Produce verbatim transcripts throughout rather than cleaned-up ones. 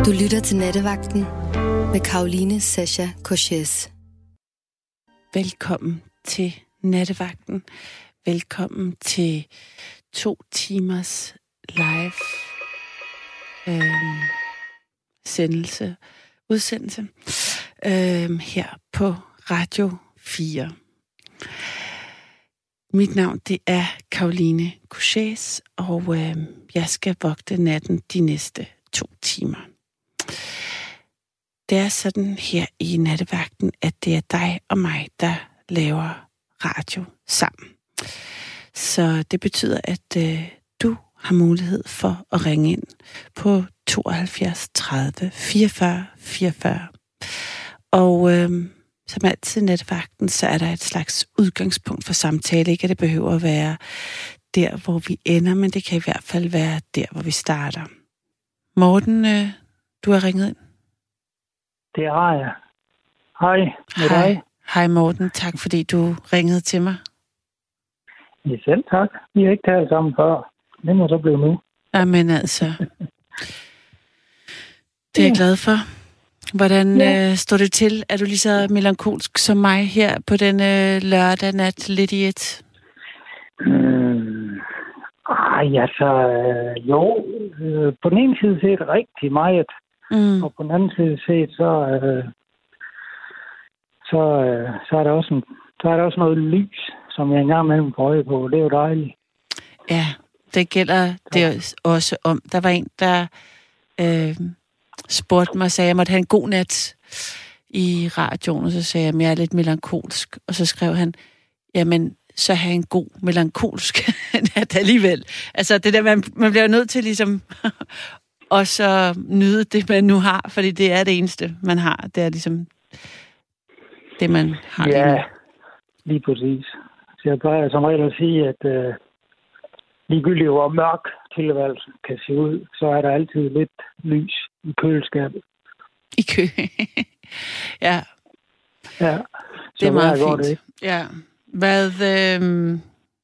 Du lytter til Nattevagten med Caroline Sascha Corchès. Velkommen til Nattevagten. Velkommen til to timers live øh, sendelse, udsendelse øh, her på Radio fire. Mit navn, det er Caroline Corchès, og øh, jeg skal vogte natten de næste to timer. Det er sådan her i Nattevagten, at det er dig og mig, der laver radio sammen. Så det betyder, at øh, du har mulighed for at ringe ind på tooghalvfjerds tredive fireogfyrre fireogfyrre. Og øh, som altid i Nattevagten, så er der et slags udgangspunkt for samtale. Ikke at det behøver at være der, hvor vi ender, men det kan i hvert fald være der, hvor vi starter. Morten, øh, du har ringet ind. Det har jeg. Hej med Hej. dig. Hej Morten, tak fordi du ringede til mig. Ja, selv tak. Vi har ikke talt sammen før. Det må så blive nu. Jamen altså, det er jeg glad for. Hvordan Ja. øh, står det til? Er du lige så melankolsk som mig her på denne lørdag nat lidt i et? Mm. Ej, altså, øh, jo. Øh, på den ene side set rigtig meget, Mm. og på den anden side set, så, øh, så, øh, så, er der også en, så er der også noget lys, som jeg engang imellem får øje på. Det er jo dejligt. Ja, det gælder det også om. Der var en, der øh, spurgte mig og sagde, at jeg måtte have en god nat i radioen, og så sagde jeg, at jeg er lidt melankolsk. Og så skrev han, jamen, så have en god melankolsk nat alligevel. Altså, det der, man, man bliver nødt til ligesom og så nyde det, man nu har, fordi det er det eneste, man har. Det er ligesom det, man har. Ja, lige, lige præcis. Så jeg plejer som regel at sige, at øh, ligegyldigt hvor mørk tilværelsen kan se ud, så er der altid lidt lys i køleskabet. I kø. Ja. Ja, så Det er meget går fint. det. Ja. Hvad, øh,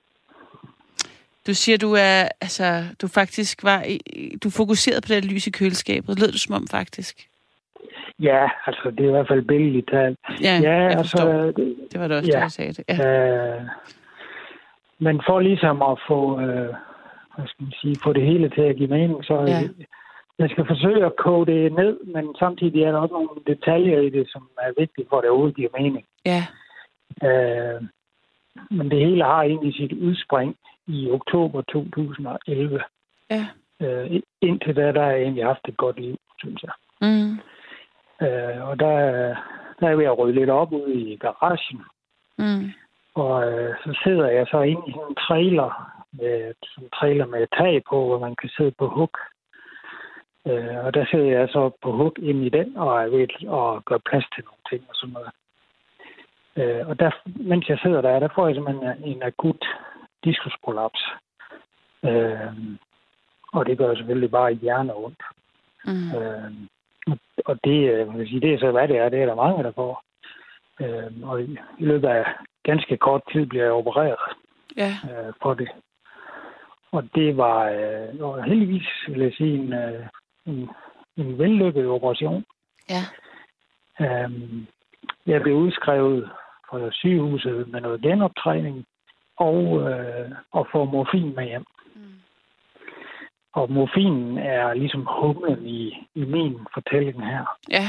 du siger, du er, altså, du faktisk var, i, du fokuserede på det lys i køleskabet. Lød du som om, faktisk? Ja, altså det er i hvert fald billedligt talt. Ja, ja jeg altså, forstår. det, Det var det også, ja. ja. Jeg sagde det. Ja. Øh, men for ligesom at få, øh, hvad skal man sige, få det hele til at give mening, så Ja. ja. jeg skal forsøge at koge det ned, men samtidig er der også nogle detaljer i det, som er vigtige for, at det overhovedet giver mening. Ja. Øh, men det hele har egentlig sit udspring i oktober to tusind og elleve. Ja. Øh, indtil da, der har jeg egentlig haft et godt liv, synes jeg. Mm. Øh, og der, der er jeg ved at rydde lidt op ude i garagen. Mm. Og øh, så sidder jeg så inde i sådan en trailer, med, sådan en trailer med tag på, hvor man kan sidde på hug. Øh, og der sidder jeg så på hug ind i den, og er ved at gøre plads til nogle ting og sådan noget. Øh, og der, mens jeg sidder der, der får jeg simpelthen en akut diskusprolaps. Øh, og det gør selvfølgelig bare hjerne ondt. Mm. Øh, og det, man kan sige, det er så, hvad det er. Det er der mange, der får. Øh, og i, i løbet af ganske kort tid bliver jeg opereret Ja. øh, for det. Og det var, øh, var heldigvis, vil jeg sige, en, øh, en, en vellykket operation. Ja. Øh, jeg blev udskrevet fra sygehuset med noget genoptræning og, øh, og får morfin med hjem. Mm. Og morfinen er ligesom humlen i, i min fortælling her. Ja.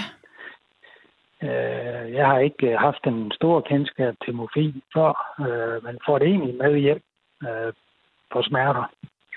Øh, jeg har ikke haft en stor kendskab til morfin før, øh, men får det egentlig med hjem øh, for smerter.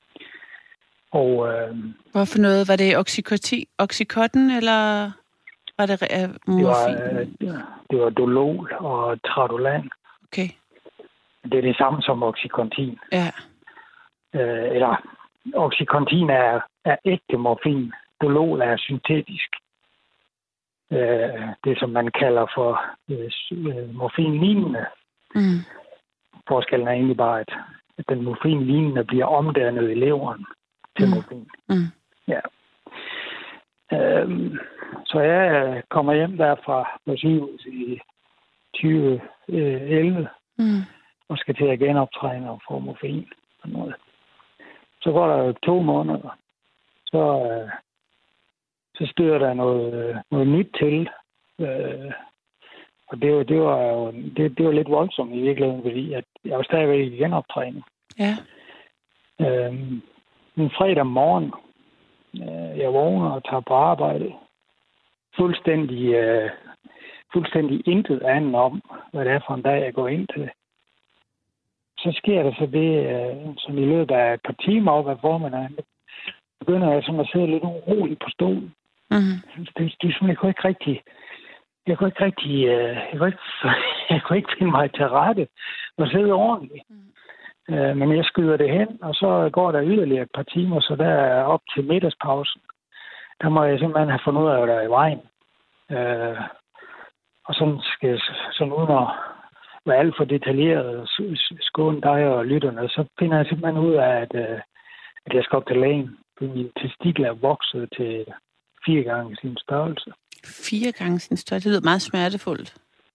Og øh, Hvorfor noget? Var det oxycontin, oxycontin eller var det uh, det, var, morfin? øh, det var Dolol og Tradolan. Okay. Det er det samme som Oxycontin. Ja. Øh, eller Oxycontin er, er ægte morfin. Dolol er syntetisk. Øh, det, som man kalder for øh, morfinlignende. Mm. Forskellen er egentlig bare, at, at den morfinlignende bliver omdannet i leveren til Mm. morfin. Mm. Ja. Øhm, så jeg kommer hjem derfra på sygehuset i tyve elleve Mm. og skal til at genoptræne og få morfin og noget. Så går der jo to måneder. Så, øh, så støder der noget, noget nyt til. Øh, og det var, det, var jo, det, det var lidt voldsomt i virkeligheden, fordi at jeg var stadigvæk i genoptræning. Ja. Øh, en fredag morgen, øh, jeg vågner og tager på arbejde. Fuldstændig, øh, fuldstændig intet andet om, hvad det er for en dag, jeg går ind til. Så sker der så det, øh, som i løbet af et par timer op af formiddagen, begynder jeg sådan at sidde lidt urolig på stolen. Mm-hmm. Det, det, det er sådan, jeg kunne ikke rigtig, jeg kunne ikke rigtig, øh, jeg, kunne ikke, jeg kunne ikke finde mig til rette og sidde ordentligt. Mm. Øh, men jeg skyder det hen, og så går der yderligere et par timer, så der op til middagspausen, der må jeg simpelthen have fundet ud af, hvad der er i vejen. Øh, og sådan skal jeg, sådan uden at være alt for detaljeret skåne dig og lytterne, så finder jeg simpelthen ud af, at, at jeg skal op til lægen. Min testikler er vokset til fire gange sin størrelse. Fire gange sin størrelse? Det lyder meget smertefuldt.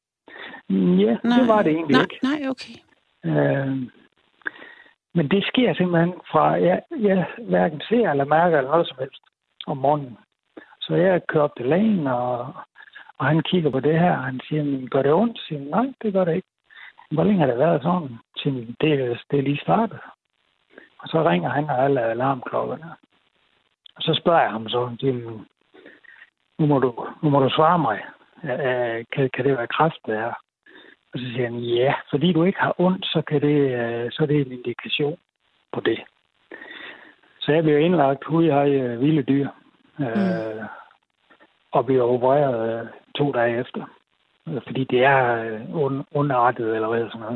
Ja, nej, det var det egentlig nej, ikke. Nej, okay. Øh, men det sker simpelthen fra, jeg, jeg hverken ser eller mærker eller noget som helst om morgenen. Så jeg kører op til lægen, og, og han kigger på det her, og han siger, gør det ondt? Jeg siger, nej, det gør det ikke. Hvor længe har det været sådan? Siger, det, det er lige startet. Og så ringer han og alle alarmklokkerne. Og så spørger jeg ham så, nu må du, nu må du svare mig. Kan, kan det være kræft, det er? Og så siger han, ja, fordi du ikke har ondt, så, kan det, så er det en indikation på det. Så jeg bliver indlagt ude i vilde dyr. Mm. Øh, og bliver opereret øh, to dage efter. Fordi det er øh, un- underrettet eller hvad sådan noget.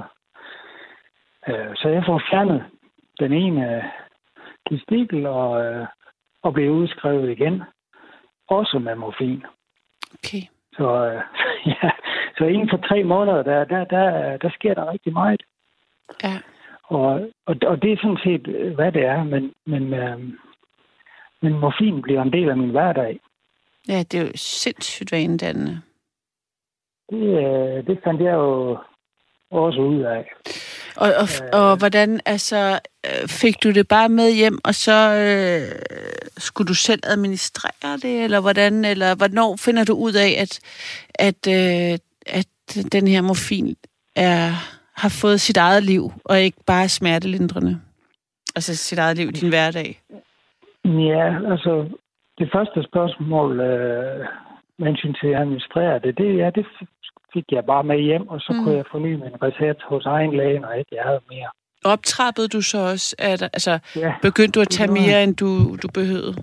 Øh, så jeg får fjernet den ene øh, testikel og, øh, og bliver udskrevet igen. Også med morfin. Okay. Så, øh, ja, så inden for tre måneder, der, der, der, der sker der rigtig meget. Ja. Og, og, og det er sådan set, hvad det er. Men, men, øh, men morfin bliver en del af min hverdag. Ja, det er jo sindssygt vanedannende. Det, øh, det fandt jeg jo også ud af. Og, og, og hvordan, altså, fik du det bare med hjem, og så øh, skulle du selv administrere det, eller hvordan, eller hvornår finder du ud af, at, at, øh, at den her morfin er, har fået sit eget liv, og ikke bare smertelindrende? Altså sit eget liv i din hverdag? Ja, altså, det første spørgsmål, øh, mens til at administrere det, det, ja, det fik jeg bare med hjem, og så mm. kunne jeg forny min recept hos egen læge, når ikke jeg havde mere. Optrappede du så også? At, altså, ja, begyndte du at tage mere, end du, du behøvede?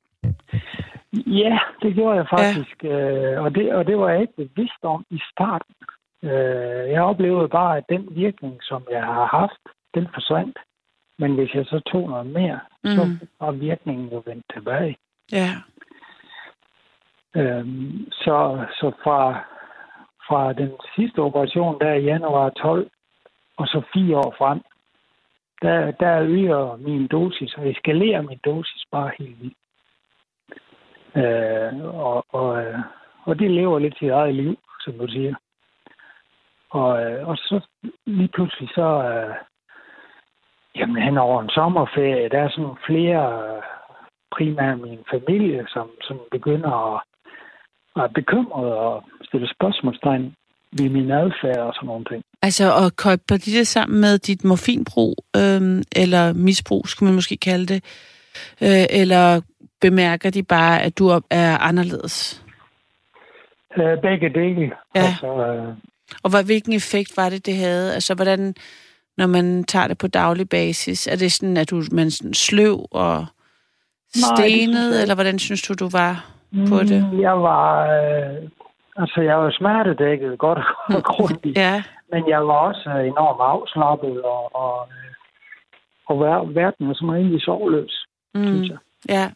Ja, det gjorde jeg faktisk. Ja. Øh, og, det, og det var jeg ikke bevidst om i starten. Øh, jeg oplevede bare, at den virkning, som jeg har haft, den forsvandt. Men hvis jeg så tog noget mere, mm. så var virkningen jo vendt tilbage. Ja. Øhm, så, så fra, fra den sidste operation, der i januar tolv, og så fire år frem, der, der øger min dosis, og eskalerer min dosis bare helt vildt. Øh, og, og, og det lever lidt sit eget liv, som du siger. Og, og så lige pludselig så, øh, jamen hen over en sommerferie, der er sådan flere, primært min familie, som, som begynder at være bekymret og stille spørgsmålstegn ved min adfærd og sådan nogle ting. Altså, og køber de det sammen med dit morfinbrug, øhm, eller misbrug, skulle man måske kalde det, øh, eller bemærker de bare, at du er anderledes? Øh, begge dele. Ja. Altså, øh... Og hvad, hvilken effekt var det, det havde? Altså, hvordan, når man tager det på daglig basis, er det sådan, at du man sådan sløv og stenet, Nej, eller hvordan synes du, du var på det? Jeg var, øh, altså jeg var smertedækket godt og grundigt, ja. Men jeg var også enormt afslappet, og, og, og verden var som egentlig sovløs, mm. synes jeg. Ja.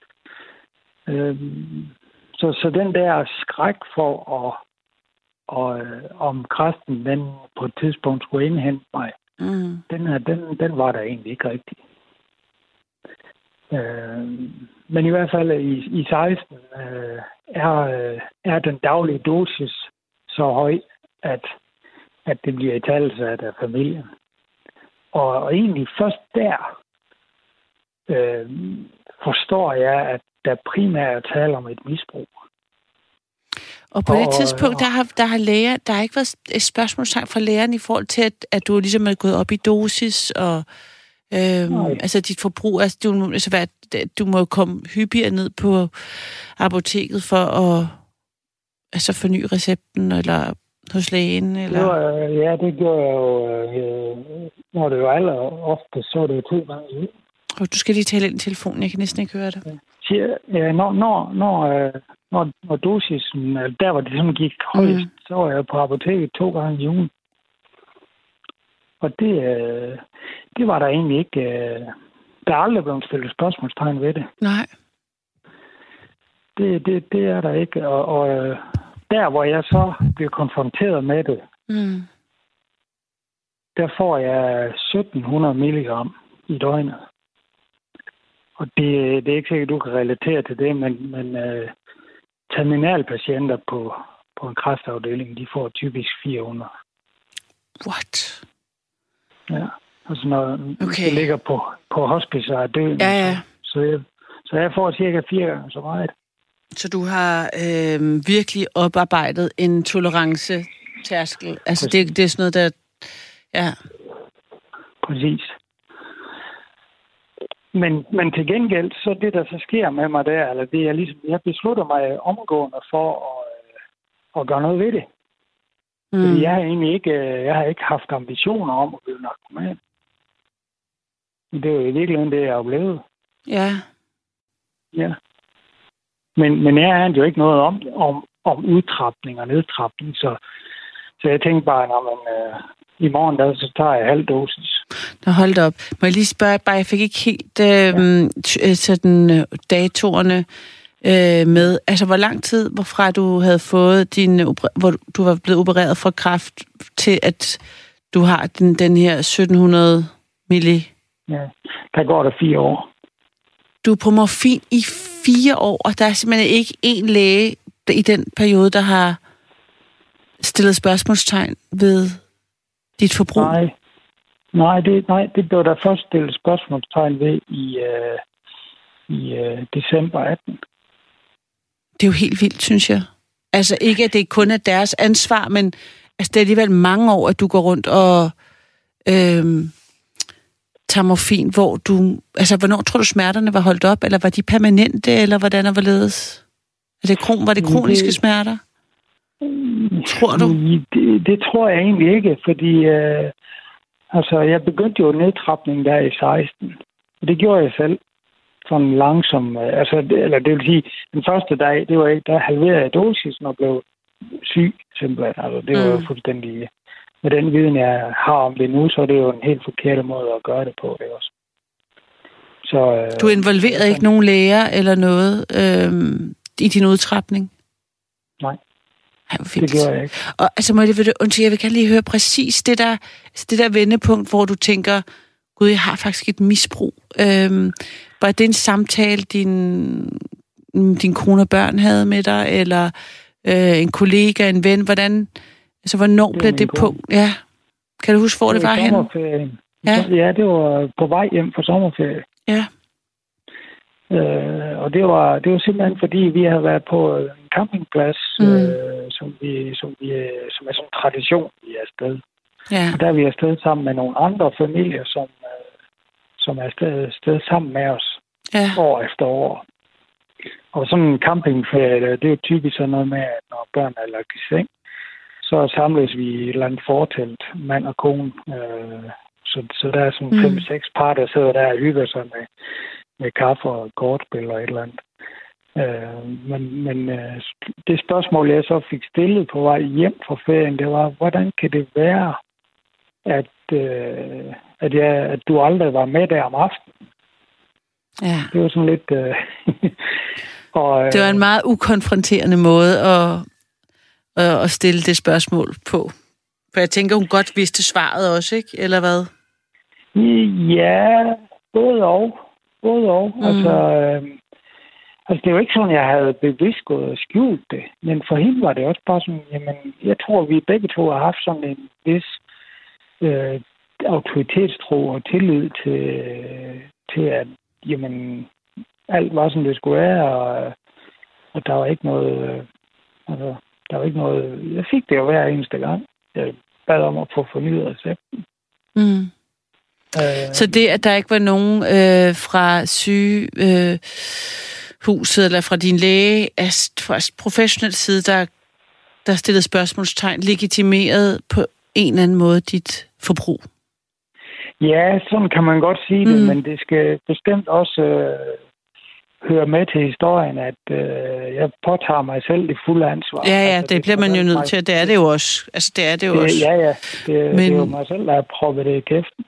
Øhm, så, så den der skræk for at, og, om kræften, den på et tidspunkt skulle indhente mig, mm. den, her, den, den var der egentlig ikke rigtig. Øh, men i hvert fald i, i seksten øh, er, er den daglige dosis så høj, at, at det bliver i talsat af familien. Og, og egentlig først der, øh, forstår jeg, at der primært er tale om et misbrug. Og på og, det tidspunkt, der har, der har læger, der har ikke været et spørgsmålstegn fra lægeren i forhold til, at, at du ligesom er gået op i dosis, og øhm, altså dit forbrug, altså du, altså, hvad, du må komme hyppigere ned på apoteket for at altså, forny recepten, eller hos lægen, eller? Det var, ja, det gjorde jeg jo, øh, når det jo aller ofte, så det jo to gange i ugen. Og du skal lige tale ind i telefonen, jeg kan næsten ikke høre dig. Ja, når, når, når, når, når dosisen, der hvor det sådan gik højst, mm. så var jeg på apoteket to gange i ugen. Og det, det var der egentlig ikke, der er aldrig blevet stillet spørgsmålstegn ved det. Nej. Det, det, det er der ikke, og, og der hvor jeg så bliver konfronteret med det, mm. der får jeg sytten hundrede milligram i døgnet. Og det, det er ikke sikkert, at du kan relatere til det, men, men uh, terminalpatienter på, på en kræftafdeling, de får typisk fire hundrede. What? Ja, altså når okay. det ligger på, på hospice og er døden, ja, ja. Så, så, jeg, så jeg får cirka fire gange så meget. Så du har øh, virkelig oparbejdet en tolerance-tærskel? Altså det, det er sådan noget, der... Ja. Præcis. Men, men til gengæld, så det, der så sker med mig der, eller det er ligesom, jeg beslutter mig omgående for at, at gøre noget ved det. Mm. Fordi jeg har egentlig ikke, jeg har ikke haft ambitioner om at blive narkoman. Det er jo i virkeligheden det, jeg har oplevet. Ja. Ja. Men, men jeg har jo ikke noget om, om, om udtrapning og nedtrapning, så, så jeg tænkte bare, når man... Øh, i morgen, der, så tager jeg halv dosis. Nå, hold da op. Må jeg lige spørge, bare jeg fik ikke helt øh, ja. sådan øh, datorerne øh, med. Altså, hvor lang tid, hvorfra du havde fået din, hvor du var blevet opereret for kræft, til at du har den, den her sytten hundrede milli? Ja, der går der fire år. Du er på morfin i fire år, og der er simpelthen ikke én læge i den periode, der har stillet spørgsmålstegn ved dit forbrug? Nej, nej, det, nej, det blev der først stillet spørgsmålstegn ved i, øh, i øh, december atten. Det er jo helt vildt, synes jeg. Altså ikke, at det kun er deres ansvar, men altså, det er alligevel mange år, at du går rundt og øh, tager morfin, hvor du... Altså, hvornår tror du, smerterne var holdt op? Eller var de permanente, eller hvordan er hvorledes? Er det, kron, var det kroniske det... smerter? Tror du? Det, det tror jeg egentlig ikke, fordi øh, altså, jeg begyndte jo nedtrapningen der i seksten. Det gjorde jeg selv. Sådan langsom. Øh, altså, det, eller det vil sige, den første dag, det var ikke, der halverede jeg dosisen og blev syg, simpelthen. Altså, det var jo mm. fuldstændig... Med den viden, jeg har om det nu, så er det jo en helt forkert måde at gøre det på. Det også. Så, øh, du involverede ikke nogen læger eller noget øh, i din udtrapning? Nej. Ej, det gjorde jeg ikke. Og altså, må jeg, vil, undskyld, jeg vil gerne lige høre præcis det der, altså det der vendepunkt, hvor du tænker, gud, jeg har faktisk et misbrug. Øhm, var det en samtale, din, din kone og børn havde med dig, eller øh, en kollega, en ven? Hvordan, altså, hvornår blev det punkt? Ja. Kan du huske, hvor det, det var henne? Ja. ja, det var på vej hjem fra sommerferie. Ja. Øh, og det var, det var simpelthen fordi, vi havde været på en campingplads, mm. øh, som, vi, som, vi, som er sådan en tradition, vi er afsted. Ja. Og der er vi afsted sammen med nogle andre familier, som, øh, som er afsted, afsted sammen med os ja. år efter år. Og sådan en campingferie, det er jo typisk sådan noget med, at når børn er lagt i seng, så samles vi i et eller andet fortelt, mand og kone. Øh, så, så der er sådan mm. fem-seks par, der sidder der og hygger sig med med kaffe og kortspil og et eller andet. Øh, men men øh, det spørgsmål, jeg så fik stillet på vej hjem fra ferien, det var, hvordan kan det være, at, øh, at, jeg, at du aldrig var med der om aftenen? Ja. Det var sådan lidt... Øh, og, øh, det var en meget ukonfronterende måde at, at, at stille det spørgsmål på. For jeg tænker, hun godt vidste svaret også, ikke? Eller hvad? Ja, både og. Både og. Mm. Altså, øh, altså, det er jo ikke sådan, jeg havde bevidst gået og skjult det. Men for hende var det også bare sådan, jamen, jeg tror, vi begge to har haft sådan en vis øh, autoritetstro og tillid til, til at, jamen, alt var, som det skulle være, og, og der var ikke noget... Øh, altså, der var ikke noget... Jeg fik det jo hver eneste gang. Jeg bad om at få fornyet recepten. Mm. Øh, Så det, at der ikke var nogen øh, fra sygehuset øh, eller fra din læge, altså fra professionel side, der, der stillede spørgsmålstegn, legitimeret på en eller anden måde dit forbrug? Ja, sådan kan man godt sige det, mm. men det skal bestemt også øh, høre med til historien, at øh, jeg påtager mig selv det fulde ansvar. Ja, ja, altså, det, det bliver man jo nødt til, det er det jo også. Altså, det er det jo det, også. Ja, ja, det, men... det er jo mig selv, der har proppet det i kæften,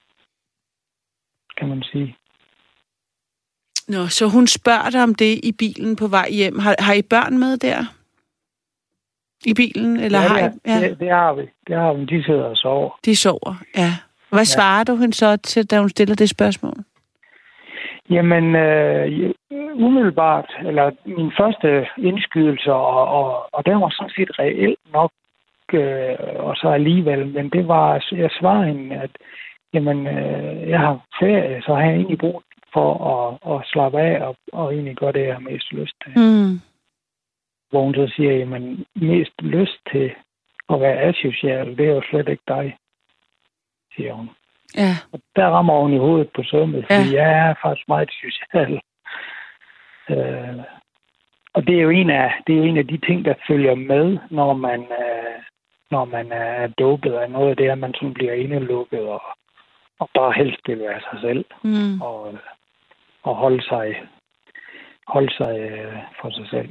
kan man sige. Nå, så hun spørger dig om det i bilen på vej hjem. Har, har I børn med der? I bilen? Eller ja, har I, ja. Det, det har vi. Det har vi. De sidder og sover. De sover, ja. Hvad ja. svarer du hende så til, da hun stiller det spørgsmål? Jamen, øh, umiddelbart, eller min første indskydelse, og, og, og den var sådan set reelt nok, øh, og så alligevel, men det var, jeg svarede hende, at jamen, øh, jeg har ferie, så har jeg egentlig brug for at, at slappe af, og, og egentlig gøre det, jeg har mest lyst til. Mm. Hvor hun så siger, jamen, mest lyst til at være asocial, det er jo slet ikke dig, siger hun. Ja. Og der rammer hun i hovedet på sømmet, fordi ja. jeg er faktisk meget social. Øh, og det er jo en af det er jo en af de ting, der følger med, når man øh, når man er dopet af noget af det, at man sådan bliver indelukket og, og bare helst vil være sig selv mm. og, og holde sig holde sig øh, for sig selv.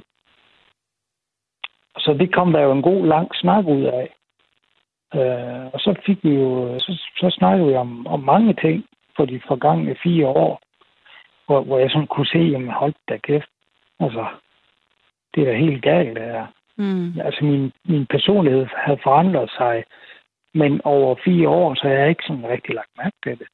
Så det kom der jo en god lang snak ud af. Uh, og så fik vi jo, så, så snakkede vi om, om mange ting for de forgangne fire år, hvor, hvor jeg sådan kunne se, jamen hold da kæft, altså, det er da helt galt, det her. Mm. Altså, min, min personlighed havde forandret sig, men over fire år, så har jeg ikke sådan rigtig lagt mærke til det.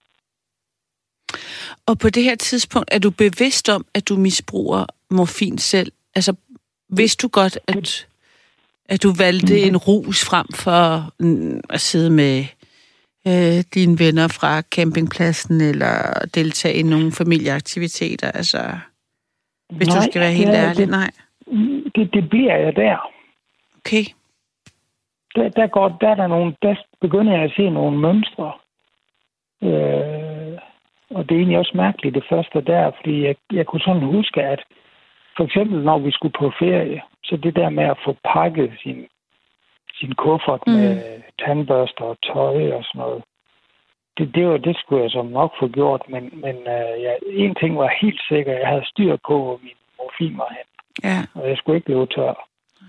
Og på det her tidspunkt, er du bevidst om, at du misbruger morfin selv? Altså, vidste du godt, at... at du valgte mm. en rus frem for mm, at sidde med øh, dine venner fra campingpladsen eller deltage i nogle familieaktiviteter, altså, hvis nej, du skal være helt ja, ærlig, det, nej. Det, det bliver jeg der. Okay. Der, der, går, der er der nogle, der begynder jeg at se nogle mønstre. Øh, og det er egentlig også mærkeligt, det første der, fordi jeg, jeg kunne sådan huske, at for eksempel, når vi skulle på ferie, så det der med at få pakket sin, sin kuffert mm. med tandbørster og tøj og sådan noget, det, det, var, det skulle jeg så nok få gjort, men, men uh, ja, en ting var helt sikker, jeg havde styr på, hvor min morfin var hen. Ja. Og jeg skulle ikke løbe tør.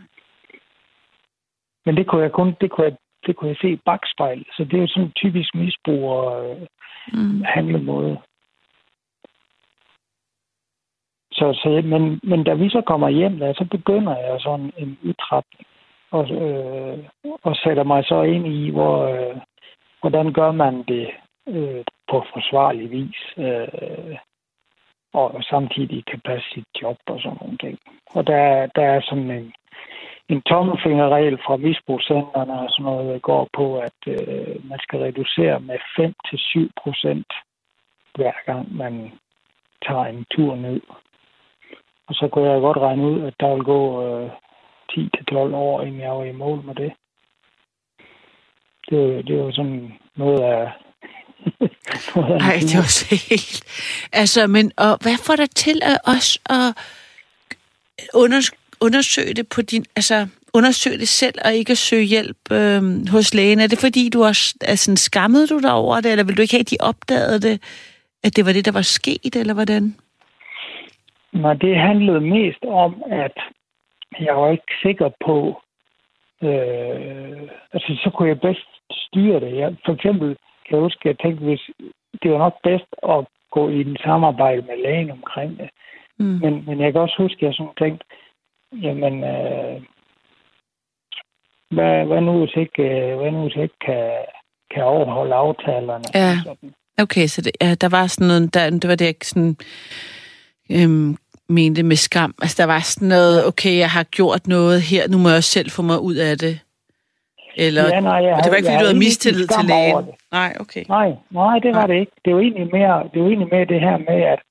Men det kunne jeg kun, det kunne jeg, det kunne jeg se i bakspejl, så det er jo sådan en typisk misbruger uh, mm. handlemåde. Så, så, men, men da vi så kommer hjem, der, så begynder jeg sådan en udtrapning og, øh, og sætter mig så ind i, hvor, øh, hvordan gør man det øh, på forsvarlig vis, øh, og samtidig kan passe sit job og sådan nogle ting. Og der, der er sådan en, en tommelfingerregel fra misbrugscentrene og sådan noget, der går på, at øh, man skal reducere med fem til syv procent hver gang man tager en tur ned. Og så kunne jeg godt regne ud, at der vil gå øh, ti til tolv år, inden jeg var i mål med det. Det, det var sådan noget af... Nej, det var så helt... Altså, men og hvad får dig til at også at unders- undersøge det på din... Altså, undersøge det selv og ikke at søge hjælp øh, hos lægen? Er det fordi, du også... Altså, skammede du dig over det, eller ville du ikke have, de opdagede det, at det var det, der var sket, eller hvordan? Nej, det handlede mest om, at jeg var ikke sikker på, øh, altså så kunne jeg bedst styre det. Jeg, for eksempel kan jeg huske, at jeg tænkte, hvis det var nok bedst at gå i en samarbejde med lægen omkring det. Mm. Men, men jeg kan også huske, at jeg sådan tænkte, jamen, øh, hvad, hvad nu hvis ikke, hvad nu hvis ikke kan, kan overholde aftalerne? Ja, okay, så det, ja, der var sådan noget, der, det var det, jeg sådan... Øhm, mente med skam. Altså, der var sådan noget, okay, jeg har gjort noget her, nu må jeg også selv få mig ud af det. Eller, ja, nej, jeg, og det var ikke, fordi du havde mistillid til lægen? Nej, okay. Nej, nej, det var ja. det ikke. Det er jo egentlig mere det, er jo egentlig mere det her med, at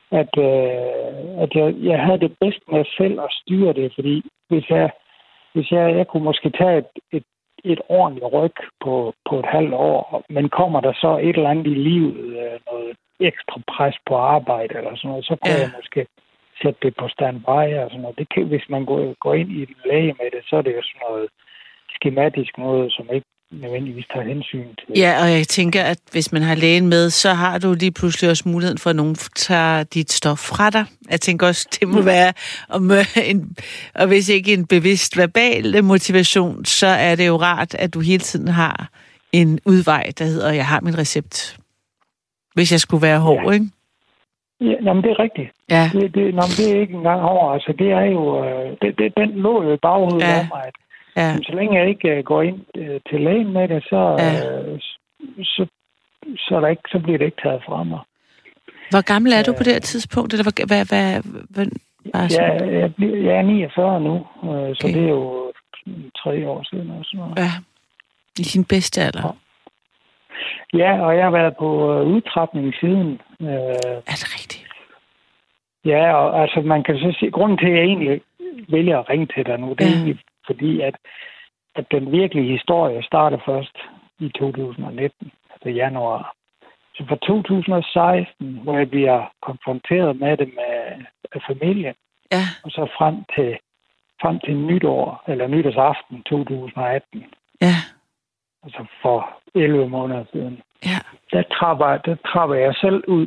at, øh, at jeg, jeg havde det bedst med selv at styre det, fordi hvis jeg, hvis jeg, jeg kunne måske tage et, et, et ordentligt ryg på, på et halvt år, men kommer der så et eller andet i livet, øh, noget ekstra pres på arbejde eller sådan noget, så kan ja. jeg måske sætte det på standby og sådan noget. Det kan, hvis man går, går ind i en læge med det, så er det jo sådan noget skematisk noget, som ikke nødvendigvis tager hensyn til. Ja, og jeg tænker, at hvis man har lægen med, så har du lige pludselig også muligheden for, at nogen tager dit stof fra dig. Jeg tænker også, det må være, om en, og hvis ikke en bevidst verbal motivation, så er det jo rart, at du hele tiden har en udvej, der hedder, jeg har min recept. Hvis jeg skulle være hård, ja. Ikke? Ja, jamen, det er rigtigt. Ja. Det, det, jamen, det er ikke engang hård. Altså, det er jo, det, det, den lå jo i baghovedet ja. af mig, at ja. så længe jeg ikke uh, går ind uh, til lægen med det, så, ja. uh, så, så, er der ikke, så bliver det ikke taget fra mig. Hvor gammel er du på det her tidspunkt? Eller hvad, hvad, hvad, hvad, hvad ja, jeg, jeg er niogfyrre nu, uh, okay. så det er jo tre år siden. Og sådan noget. Ja, i sin bedste alder. Ja. Ja, og jeg har været på uh, udtrapning siden. Uh, er det rigtigt? Ja, og altså man kan så sige, grunden til, at jeg egentlig vælger at ringe til dig nu, det er ja. egentlig fordi, at, at den virkelige historie starter først i to tusind nitten, altså januar. Så fra to tusind og seksten, hvor jeg bliver konfronteret med det med, med familien, ja. og så frem til, frem til nytår, eller nytårsaften to tusind atten. Ja. Altså for elleve måneder siden. Ja. Der trapper, der trapper jeg selv ud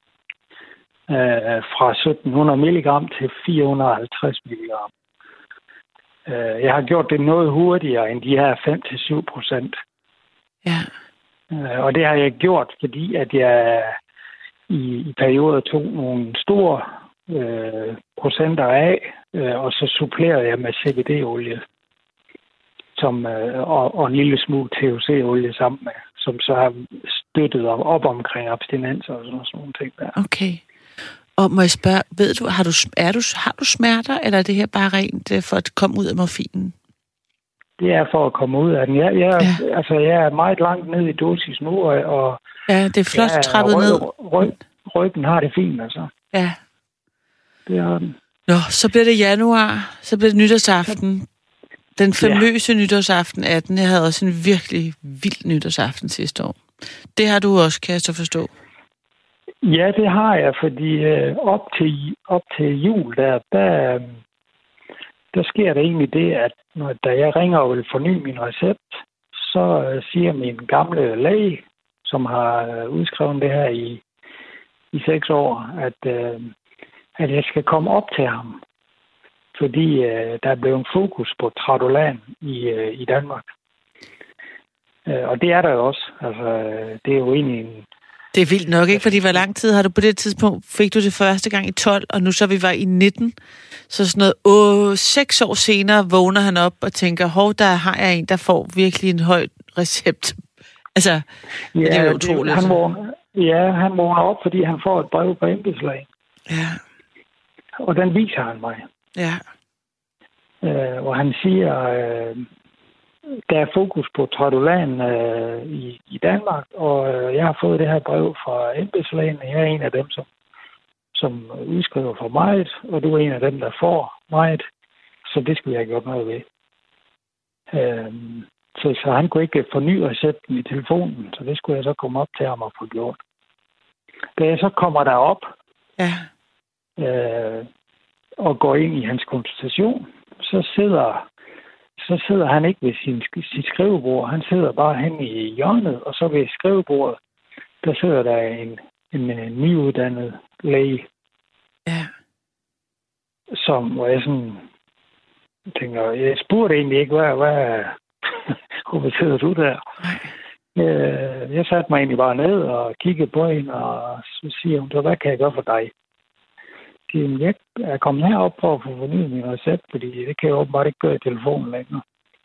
øh, fra sytten hundrede milligram til fire hundrede og halvtreds milligram. Øh, jeg har gjort det noget hurtigere end de her fem til syv procent. Ja. Øh, og det har jeg gjort, fordi at jeg i, i perioder tog nogle store øh, procenter af, øh, og så supplerede jeg med C B D-olie. Som, øh, og, og en lille smule T H C-olie sammen med, som så har støttet op, op omkring abstinenser og sådan, sådan nogle ting der. Okay. Og må jeg spørge, ved du, har du, er du, har du smerter, eller er det her bare rent for at komme ud af morfinen? Det er for at komme ud af den. Jeg, jeg, ja. altså, jeg er meget langt ned i dosis nu, og ja, det er flot trappet ryg, ned. Ryg, ryggen har det fint, altså. Ja. Det har den. Nå, så bliver det januar, så bliver det nytårsaften. Den famøse ja. nytårsaften atten. Jeg havde også en virkelig vild nytårsaften sidste år. Det har du også, kan jeg så forstå. Ja, det har jeg, fordi øh, op, til, op til jul, der, der, der sker der egentlig det, at når, da jeg ringer og vil forny min recept, så øh, siger min gamle læge, som har øh, udskrevet det her i, i seks år, at, øh, at jeg skal komme op til ham. Fordi øh, der er blevet en fokus på Tradolan i, øh, i Danmark. Øh, og det er der jo også. Altså, det er jo egentlig en... Det er vildt nok, ikke? Fordi hvor lang tid har du på det tidspunkt? Fik du det første gang i tolv, og nu så vi var i nitten. Så sådan noget, åh, seks år senere vågner han op og tænker, hov, der har jeg en, der får virkelig en høj recept. Altså, ja, det er jo utroligt. Det, han vågner, ja, han vågner op, fordi han får et brev på embedslægen. Ja. Og den viser han mig. Ja. Øh, og han siger, øh, der er fokus på Tradolan øh, i, i Danmark, og øh, jeg har fået det her brev fra embedslægen. Jeg er en af dem, som, som udskriver for meget, og du er en af dem, der får meget. Så det skulle jeg have gjort noget ved. Øh, så, så han kunne ikke forny recepten i telefonen, så det skulle jeg så komme op til ham og få gjort. Da jeg så kommer derop, ja. øh, og går ind i hans konsultation, så sidder, så sidder han ikke ved sin, sit skrivebord. Han sidder bare hen i hjørnet, og så ved skrivebordet, der sidder der en, en, en nyuddannet læge. Ja. Som, hvor jeg sådan tænker, jeg spurgte egentlig ikke, hvad, hvad hvorfor sidder du der? Øh, jeg satte mig egentlig bare ned og kiggede på hende, og så siger hun, så hvad kan jeg gøre for dig? Jeg er kommet herop for at få fornyet min recept, fordi det kan jeg åbenbart ikke gøre i telefonen længere.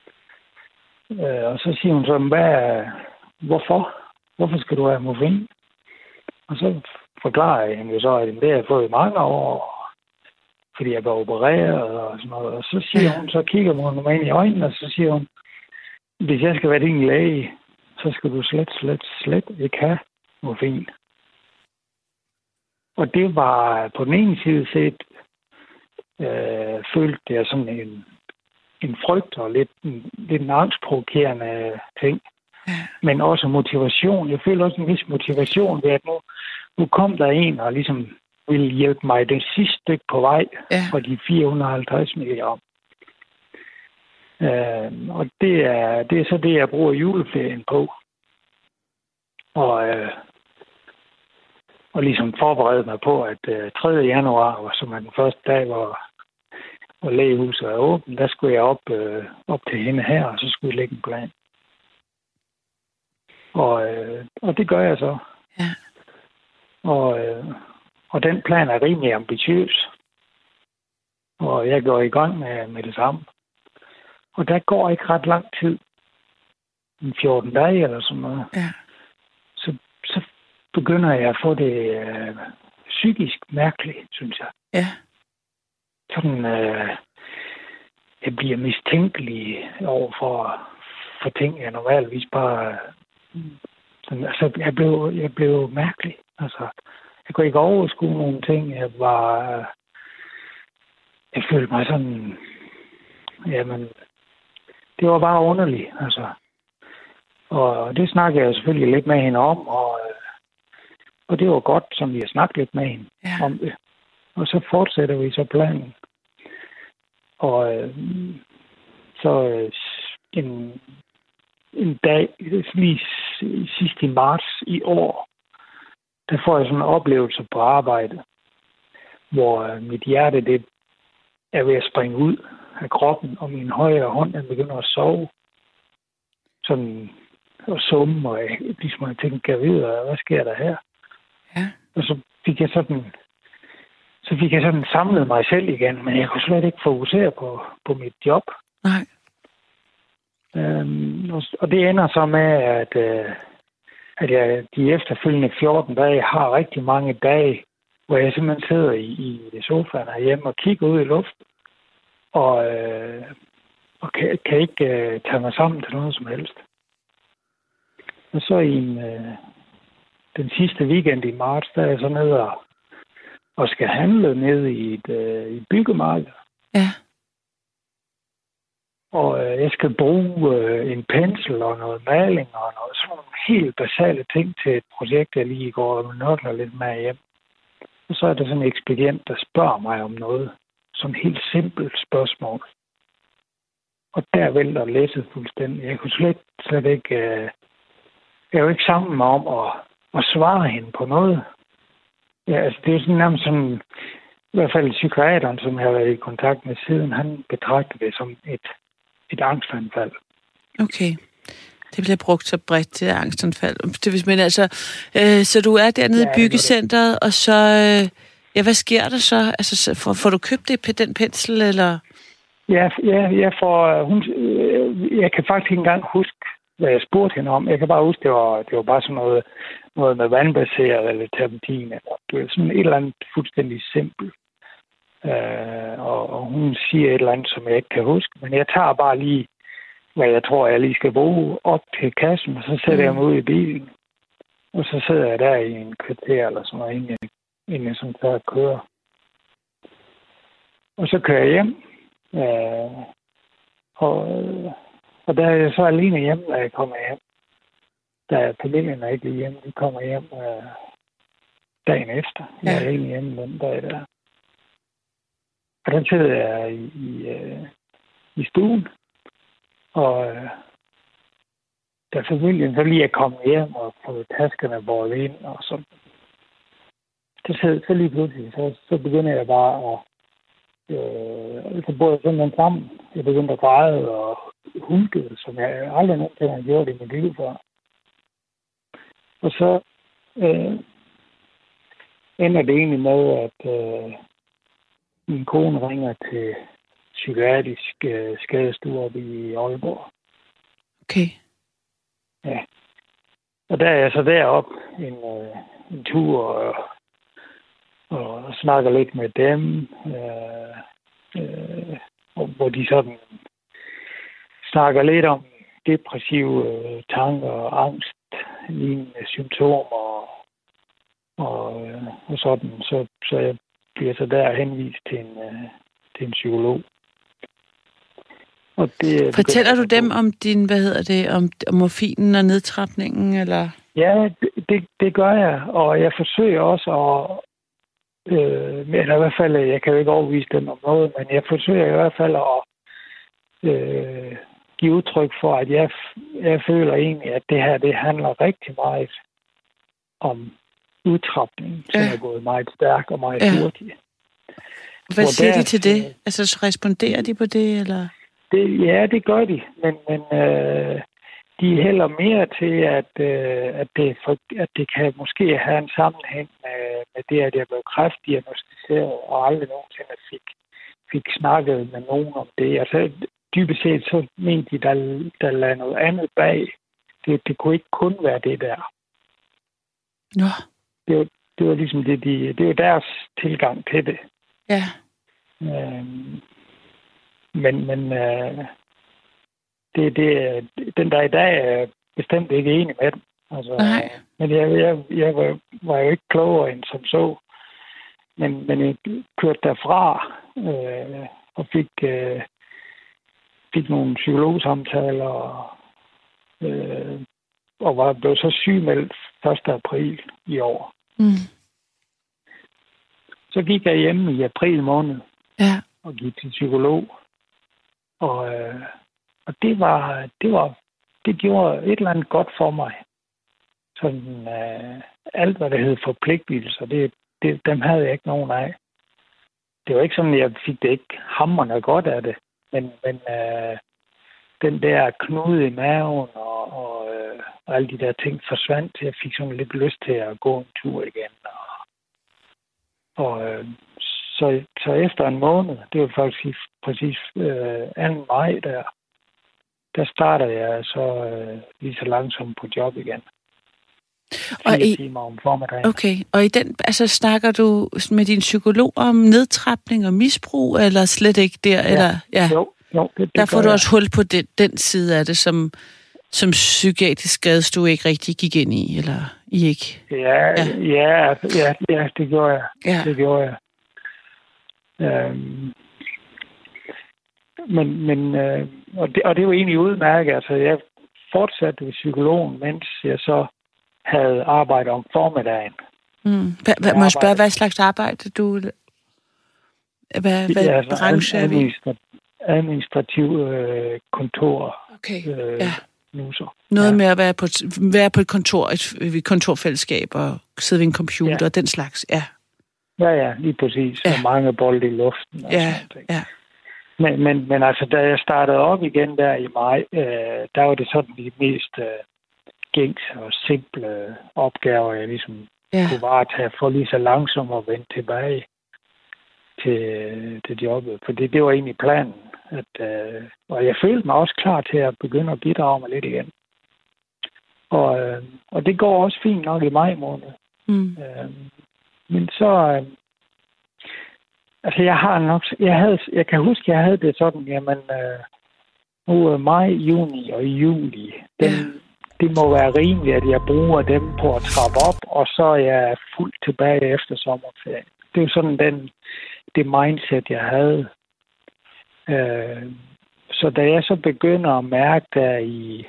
Øh, og så siger hun så, hvad, hvorfor? Hvorfor skal du have morfin? Og så forklarer jeg hende jo så, at det har jeg fået i mange år, fordi jeg var opereret og sådan noget. Og så siger hun, så kigger hun mig ind i øjnene, og så siger hun, hvis jeg skal være din læge, så skal du slet, slet, slet ikke have morfin. Og det var på den ene side set, øh, følte jeg sådan en, en frygt og lidt en, lidt en angstprovokerende ting. Ja. Men også motivation. Jeg følte også en vis motivation ved, at nu, nu kom der en og ligesom ville hjælpe mig det sidste stykke på vej Ja. for de fire hundrede og halvtreds milliarder. Øh, og det er, det er så det, jeg bruger juleferien på. Og, øh, og ligesom forberede mig på, at øh, tredje januar, som er den første dag, hvor, hvor lægehuset er åbent, der skulle jeg op, øh, op til hende her, og så skulle jeg lægge en plan. Og, øh, og det gør jeg så. Ja. Og, øh, og den plan er rimelig ambitiøs. Og jeg går i gang med, med det samme. Og der går ikke ret lang tid. En fjorten dage eller sådan noget. Ja. Så, så begynder jeg at få det øh, psykisk mærkeligt, synes jeg. Ja. Sådan, øh, jeg bliver mistænkelig over for, for ting, jeg normalvis bare... Sådan, altså, jeg blev, jeg blev mærkelig. Altså, jeg kunne ikke overskue nogle ting. Jeg var... Jeg følte mig sådan... Jamen... Det var bare underligt, altså. Og det snakkede jeg selvfølgelig lidt med hende om, og, og det var godt, som vi har snakket lidt med hende Ja. om det. Og så fortsætter vi så planen. Og øh, så øh, en, en dag, lige sidst i marts i år, der får jeg sådan en oplevelse på arbejde, hvor øh, mit hjerte, det er ved at springe ud af kroppen, og min højre hånd, den begynder at sove. Sådan og summe, og jeg, ligesom jeg tænkte, kan jeg vide, hvad sker der her? Ja. Og så fik jeg sådan, så fik jeg sådan samlet mig selv igen, men jeg kunne slet ikke fokusere på, på mit job. Nej. Øhm, og, og det ender så med, at, øh, at jeg de efterfølgende fjorten dage har rigtig mange dage, hvor jeg simpelthen sidder i, i sofaen herhjemme og kigger ud i luften, og, øh, og kan, kan ikke øh, tage mig sammen til noget som helst. Og så i en, øh, den sidste weekend i marts, der er jeg så nede og, og skal handle nede i et, øh, et byggemarked. Ja. Og øh, jeg skal bruge øh, en pensel og noget maling og noget sådan nogle helt basale ting til et projekt, jeg lige går og nørkler lidt med hjem. Og så er der sådan en ekspedient, der spørger mig om noget. Sådan et helt simpelt spørgsmål. Og der vælter læsset fuldstændig. Jeg kunne slet, slet ikke... Øh, jeg er jo ikke sammen med om at, at svare hende på noget. Ja, altså det er sådan nærmest sådan... I hvert fald psykiateren, som jeg har været i kontakt med siden, han betragter det som et, et angstanfald. Okay. Det bliver brugt så bredt til angstanfald. Det, men altså, øh, så du er dernede ja, i byggecentret, og så... Øh, ja, hvad sker der så? Altså, så får, får du købt det, den pensel, eller... Ja, ja, jeg får... Hun, jeg kan faktisk ikke engang huske, hvad jeg spurgte hende om. Jeg kan bare huske, det var, det var bare sådan noget, noget med vandbaseret eller terpentin. Eller, det var sådan et eller andet fuldstændig simpelt. Uh, og, og hun siger et eller andet, som jeg ikke kan huske. Men jeg tager bare lige, hvad jeg tror, jeg lige skal bruge op til kassen, og så sætter mm. jeg mig ud i bilen. Og så sidder jeg der i en kvarter eller sådan noget, inden jeg, inden jeg sådan tager at køre. Og så kører jeg hjem. Uh, og, og der er jeg så alene hjemme, når jeg kommer hjem. Da familien er ikke lige hjemme, de kommer hjem uh, dagen efter. Ja. Jeg er alene hjemme den dag der. Og der sidder jeg i, i, øh, i stuen, og øh, da familien så lige er kommet hjem og fået taskerne båret ind og sådan, så, sidder, så lige pludselig, så, så begynder jeg bare at, øh, så bor jeg simpelthen sammen. Jeg begyndte at græde og hulke, som jeg aldrig nogensinde har gjort i mit liv før. Og så øh, ender det egentlig med, at øh, min kone ringer til psykiatrisk øh, skadestue oppe i Aalborg. Okay. Ja. Og der er jeg så deroppe en, øh, en tur og, og snakker lidt med dem, øh, øh, hvor de sådan snakker lidt om depressive øh, tanker og angst, lignende symptomer. og, øh, og sådan. Så, så jeg bliver så der henvist til en, øh, til en psykolog. Og det, Fortæller du dem om din, hvad hedder det, om, om morfinen og nedtrapningen, eller? Ja, det, det, det gør jeg, og jeg forsøger også at, øh, eller i hvert fald, jeg kan jo ikke overvise dem om noget, men jeg forsøger i hvert fald at øh, give udtryk for, at jeg, jeg føler egentlig, at det her, det handler rigtig meget om udtrapning, som ja. er gået meget stærk og meget ja. hurtigt. Hvad siger de til det? Altså, så responderer de på det, eller? Det, ja, det gør de, men, men øh, de hælder mere til, at, øh, at, det, for, at det kan måske have en sammenhæng med, med det, at jeg blev kræftdiagnosticeret og aldrig nogensinde fik, fik snakket med nogen om det. Altså, dybest set så mente de, der, der lagde noget andet bag. Det, det kunne ikke kun være det der. Nå. Det var, det var ligesom det, de, det var deres tilgang til det. Ja. Øhm, men men øh, det, det, den der i dag er bestemt ikke enig med dem. Altså, Nej. Men jeg, jeg, jeg var, var jo ikke klogere end som så. Men, men jeg kørte derfra øh, og fik, øh, fik nogle psykologsamtaler og, øh, og var blevet så sygemeldt første april i år. Mm. Så gik jeg hjemme i april måned ja. og gik til psykolog. Og, øh, og det var, det var, det gjorde et eller andet godt for mig. Sådan, øh, alt, hvad der hed forpligtelser, det, det, dem havde jeg ikke nogen af. Det var ikke sådan, at jeg fik det ikke hamrende godt af det. Men, men øh, den der knude i maven og, og, øh, og alle de der ting forsvandt, til jeg fik sådan lidt lyst til at gå en tur igen. Og, og øh, så, så efter en måned, det var faktisk præcis øh, anden maj der, der startede jeg så øh, lige så langsomt på job igen. Og i, timer om formiddagen. Okay, og i den, altså snakker du med din psykolog om nedtrapning og misbrug, eller slet ikke der? Ja. Eller, ja. Jo, jo, det, det der får du jeg. også hul på den, den side af det, som, som psykiatrisk skadestue ikke rigtig gik ind i, eller I ikke? Ja, ja, ja, ja, ja det gjorde jeg. Ja. Det gjorde jeg. Øhm, men, men øh, og, det, og det var egentlig udmærket. Altså, jeg fortsatte ved psykologen, mens jeg så havde arbejdet om formiddagen. Mm. Hva, hva, må jeg spørge, hvad slags arbejde du... Hvad, hvad ja, altså, branche er vi? Administrativ øh, kontor. Okay, øh, ja. Nuser. Noget ja. med at være på, være på et kontor, et, et kontorfællesskab og sidde ved en computer ja. og den slags, ja. Ja, ja, lige præcis. Ja. Og mange bolde i luften. Og ja, sådan ja. Men, men, men altså, da jeg startede op igen der i maj, øh, der var det sådan de mest øh, gængs og simple opgaver, jeg ligesom ja. kunne varetage for lige så langsomt at vende tilbage til, til jobbet. Fordi det var egentlig planen. At, øh, og jeg følte mig også klar til at begynde at bidrage mig lidt igen. Og, øh, og det går også fint nok i maj måned. Mm. Øh, men så... Øh, altså, jeg har nok... Jeg, havde, jeg kan huske, jeg havde det sådan, jamen... Øh, nu er maj, juni og juli. Den, ja. Det må være rimeligt, at jeg bruger dem på at trappe op, og så er jeg fuldt tilbage efter sommerferien. Det er jo sådan den, det mindset, jeg havde. Øh, så da jeg så begynder at mærke der i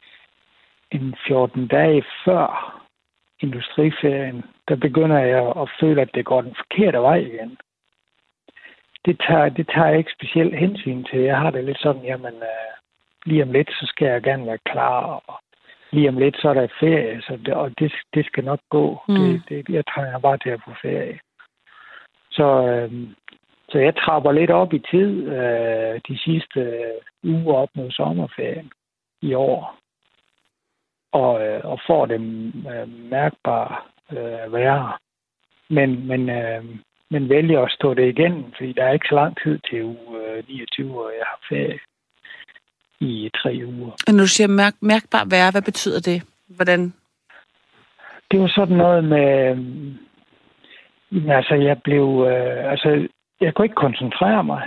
en fjorten dage før industriferien, der begynder jeg at føle, at det går den forkerte vej igen. Det tager, det tager jeg ikke specielt hensyn til. Jeg har det lidt sådan, jamen øh, lige om lidt, så skal jeg gerne være klar, og lige om lidt, så er der ferie, så det, og det, det skal nok gå. Mm. Det, det, jeg trænger bare til at få ferie. Så, øh, så jeg trapper lidt op i tid øh, de sidste øh, uger op mod sommerferien i år. Og, øh, og får dem øh, mærkbart øh, værre. Men, men, øh, men vælger at stå det igen, fordi der er ikke så lang tid til uge øh, niogtyve, og jeg har ferie i tre uger. Og når du siger mærk, mærkbart værre, hvad betyder det? Hvordan? Det var sådan noget med... Øh, altså, jeg blev... Øh, altså, jeg kunne ikke koncentrere mig.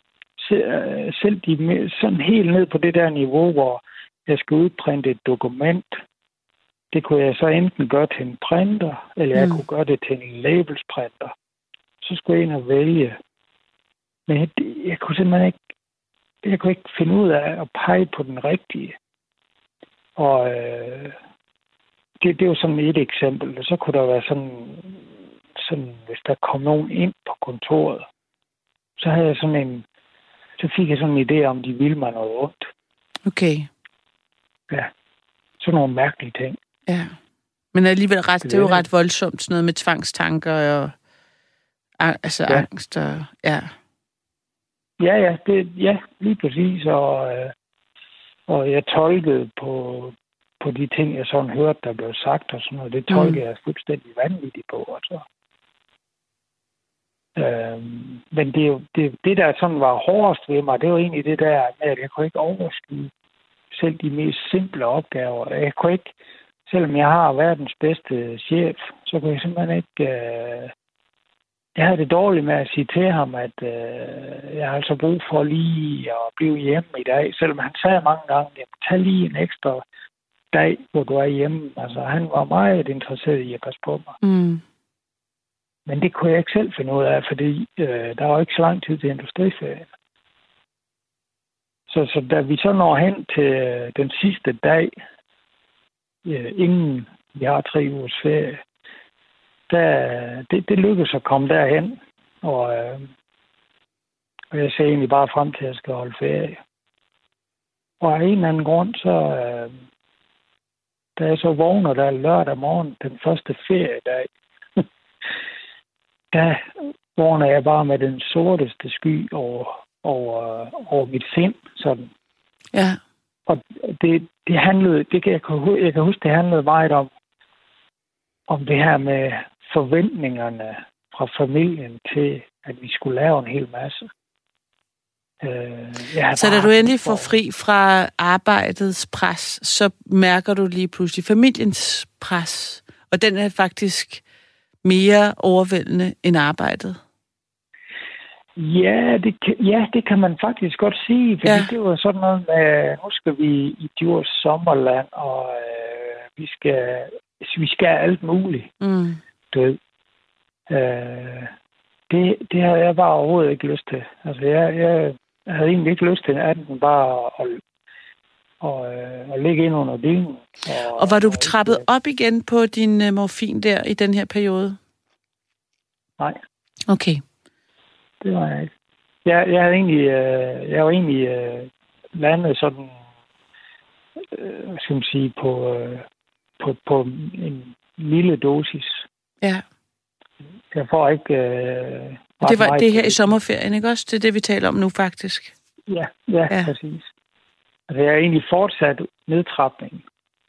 Selv de, sådan helt ned på det der niveau, hvor jeg skal udprinte et dokument, det kunne jeg så enten gøre til en printer, eller jeg Mm. kunne gøre det til en labelsprinter. Så skulle jeg ind og vælge. Men jeg, jeg kunne simpelthen ikke, jeg kunne ikke finde ud af at pege på den rigtige. Og øh, det, det var sådan et eksempel. Og så kunne der være sådan, sådan, hvis der kom nogen ind på kontoret, så havde jeg sådan en, så fik jeg sådan en idé om, de ville mig noget ondt. Okay. Ja. Sådan nogle mærkelige ting. Ja. Men alligevel ret, Det det er jo er- ret voldsomt, sådan noget med tvangstanker og ang- altså Ja. angst og ja. Ja, ja, det, ja, lige præcis. Og, øh, og jeg tolkede på, på de ting, jeg sådan hørte, der blev sagt og sådan noget. Det tolkede mm. jeg fuldstændig vanvittigt på. Altså. Øhm, men det, er jo- det, det, der sådan var hårdest ved mig, det var egentlig det der med, at jeg kunne ikke overskue selv de mest simple opgaver. Jeg kunne ikke, selvom jeg har verdens bedste chef, så kunne jeg simpelthen ikke... Øh, jeg havde det dårligt med at sige til ham, at øh, jeg har altså brug for lige at blive hjemme i dag. Selvom han sagde mange gange, at tag lige en ekstra dag, hvor du er hjemme. Altså, han var meget interesseret i at passe på mig. Mm. Men det kunne jeg ikke selv finde ud af, fordi øh, der var ikke så lang tid til industriferien. Så, så da vi så når hen til øh, den sidste dag, øh, inden vi har tre ugers ferie, der, det, det lykkedes at komme derhen. Og, øh, og jeg ser egentlig bare frem til, at jeg skal holde ferie. Og af en eller anden grund, så øh, da jeg så vågner der lørdag morgen, den første feriedag, der vågner jeg bare med den sorteste sky over, over, over mit sind. Sådan. Ja. Og det, det handlede, det kan jeg, jeg kan huske, det handlede meget om, om det her med forventningerne fra familien til, at vi skulle lave en hel masse. Øh, Så da du endelig får fri fra arbejdets pres, så mærker du lige pludselig familiens pres, og den er faktisk mere overvældende end arbejdet. Ja, det kan, ja, det kan man faktisk godt sige, fordi Ja. det var sådan noget med, nu skal vi i Djurs sommerland, og øh, vi skal vi skal alt muligt. Mm. Du ved. Øh, det, det havde jeg bare overhovedet ikke lyst til. Altså, jeg, jeg havde egentlig ikke lyst til at bare at, og, øh, at ligge ind under dynen. Og, Og var du og trappet ikke- op igen på din uh, morfin der i den her periode? Nej, Okay. det var jeg ikke. Jeg, jeg havde egentlig, øh, jeg var egentlig øh, landet sådan, øh, hvad skal man sige, på, øh, på, på en lille dosis. Ja. Jeg får ikke... Øh, Det var meget det her på i sommerferien, ikke også? Det er det, vi taler om nu, faktisk. Ja, ja, Ja. ja. Præcis. Altså, jeg er egentlig fortsat nedtrapning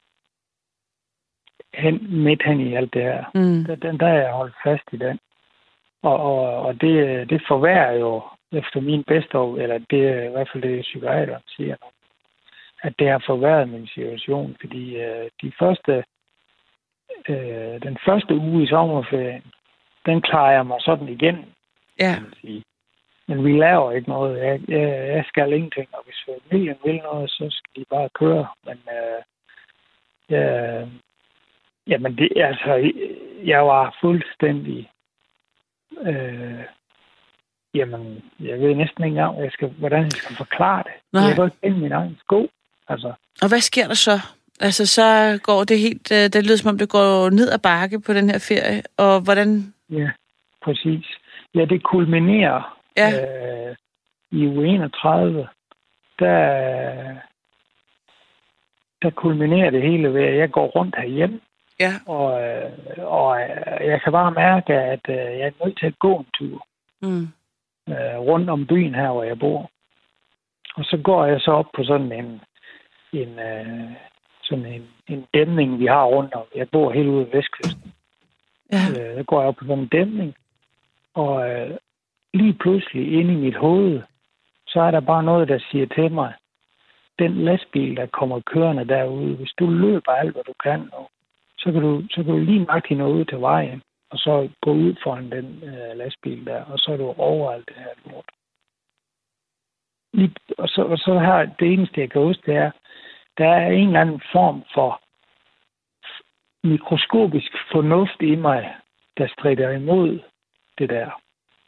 hen, midt hen i alt det her. Mm. Den, den der er jeg holdt fast i den. Og, og, og det, det forværrer jo efter min bedste år, eller det er i hvert fald det, psykiateren siger nu, at det har forværret min situation, fordi øh, de første, øh, den første uge i sommerferien, den klarer jeg mig sådan igen, Ja. kan man sige. Men vi laver ikke noget. Jeg, jeg, jeg skal ingenting, og hvis familien vil noget, så skal de bare køre. Men øh, jeg, jamen det, altså, jeg var fuldstændig øh, jamen, jeg ved næsten ikke engang, jeg skal, hvordan jeg skal forklare det. Nej. Jeg kan ikke finde min egen sko. Altså, Og hvad sker der så? Altså, så går det helt... øh, Det lyder som om, det går ned ad bakke på den her ferie. Og hvordan... ja, præcis. Ja, det kulminerer Ja. øh, i uge enogtredive. Der, der kulminerer det hele ved, at jeg går rundt herhjemme. Ja. Og, øh, og øh, jeg kan bare mærke, at øh, jeg er nødt til at gå en tur Mm. øh, rundt om byen her, hvor jeg bor. Og så går jeg så op på sådan en, en, øh, sådan en, en dæmning, vi har rundt om. Jeg bor helt ude ved Vestkysten. Ja. Øh, så går jeg op på sådan en dæmning, og øh, lige pludselig inde i mit hoved, så er der bare noget, der siger til mig, den lastbil, der kommer kørende derude, hvis du løber alt, hvad du kan nu, så kan du, så kan du lige nok hende ud til vejen, og så gå ud foran den øh, lastbil der, og så er du over alt det her lort. Lige, og, så, og så her, det eneste, jeg kan huske, det er, der er en eller anden form for mikroskopisk fornuft i mig, der strider imod det der.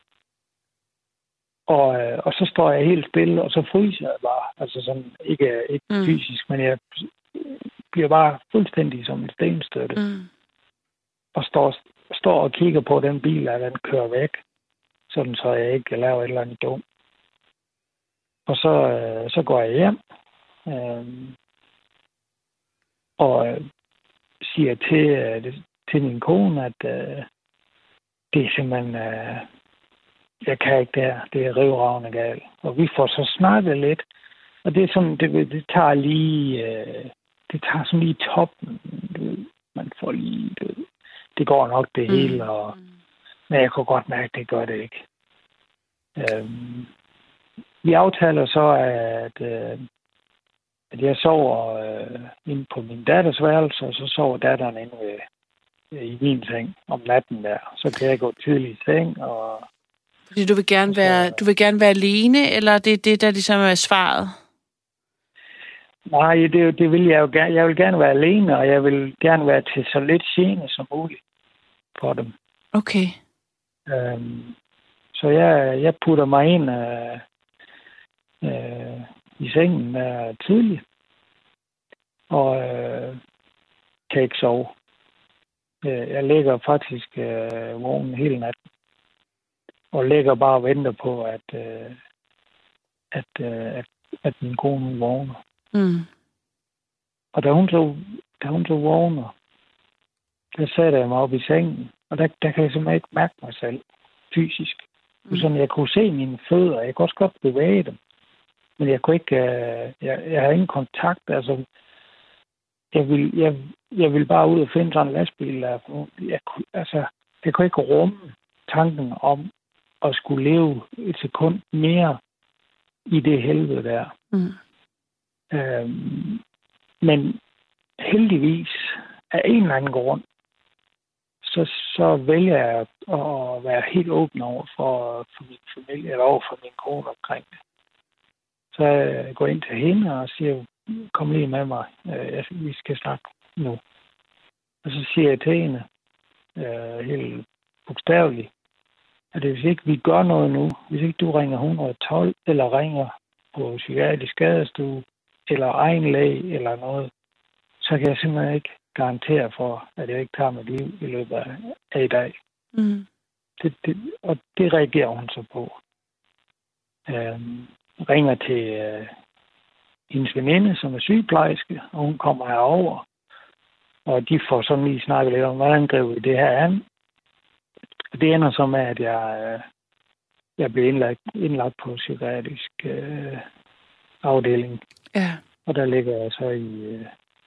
Og, øh, og så står jeg helt stille, og så fryser jeg bare. Altså sådan, ikke, ikke mm. fysisk, men jeg bliver bare fuldstændig som en stenstøtte. Mm. Og står, står og kigger på den bil, at den kører væk. Sådan så jeg ikke laver et eller andet dumt. Og så, øh, så går jeg hjem. Øh, og øh, siger til, øh, til min kone, at øh, det er simpelthen... Øh, jeg kan ikke der. Det er rivravne galt. Og vi får så snakket lidt. Og det er sådan, det, det tager lige... Øh, det tager sådan lige toppen. Du, man får lige... Det, det går nok det mm. hele. Og, men jeg kunne godt mærke, at det gør det ikke. Øh, vi aftaler så, at, øh, at jeg sover øh, inde på min datters værelse, og så sover datteren inde ved, øh, i min seng om natten der. Så kan jeg gå tidligt i seng. Og, Fordi du vil gerne, så, være, du vil gerne være alene, eller det er det, der ligesom er svaret? Nej, det, det vil jeg jo gerne. Jeg vil gerne være alene, og jeg vil gerne være til så lidt gene som muligt for dem. Okay. Øhm, så jeg, jeg putter mig ind øh, øh, i sengen øh, tidligt, og øh, kan ikke sove. Øh, jeg ligger faktisk øh, vågen hele natten, og ligger bare og venter på, at, øh, at, øh, at, at min kone vågner. Mm. Og da hun så, da hun så vågner, der sætter jeg mig op i sengen, og der, der kan jeg simpelthen ikke mærke mig selv fysisk. Mm. Sådan, jeg kunne se mine fødder, jeg kunne også godt bevæge dem, men jeg kunne ikke, øh, jeg, jeg havde ingen kontakt. Altså, jeg ville, jeg, jeg ville bare ud og finde sådan en lastbil. Der, jeg, altså, jeg kunne ikke rumme tanken om at skulle leve et sekund mere i det helvede der. Mm. Øhm, men heldigvis af en eller anden grund, så, så vælger jeg at være helt åben over for, for min familie, eller over for min kone omkring det. Så jeg går ind til hende og siger, kom lige med mig, vi skal snakke nu. Og så siger jeg til hende, øh, helt bogstaveligt, at hvis ikke vi gør noget nu, hvis ikke du ringer et hundrede og tolv, eller ringer på psykiatrisk skadestue, eller egen læge, eller noget, så kan jeg simpelthen ikke garantere for, at jeg ikke tager mit liv i løbet af, af i dag. Mm. Det, det, og det reagerer hun så på. Øhm, ringer til øh, hendes veninde, som er sygeplejerske, og hun kommer herover, og de får sådan lige snakket lidt om, hvordan griber vi det her an. Og det ender så med, at jeg, øh, jeg bliver indlagt, indlagt på psykiatrisk øh, afdeling. Ja. Og der ligger jeg så i, øh,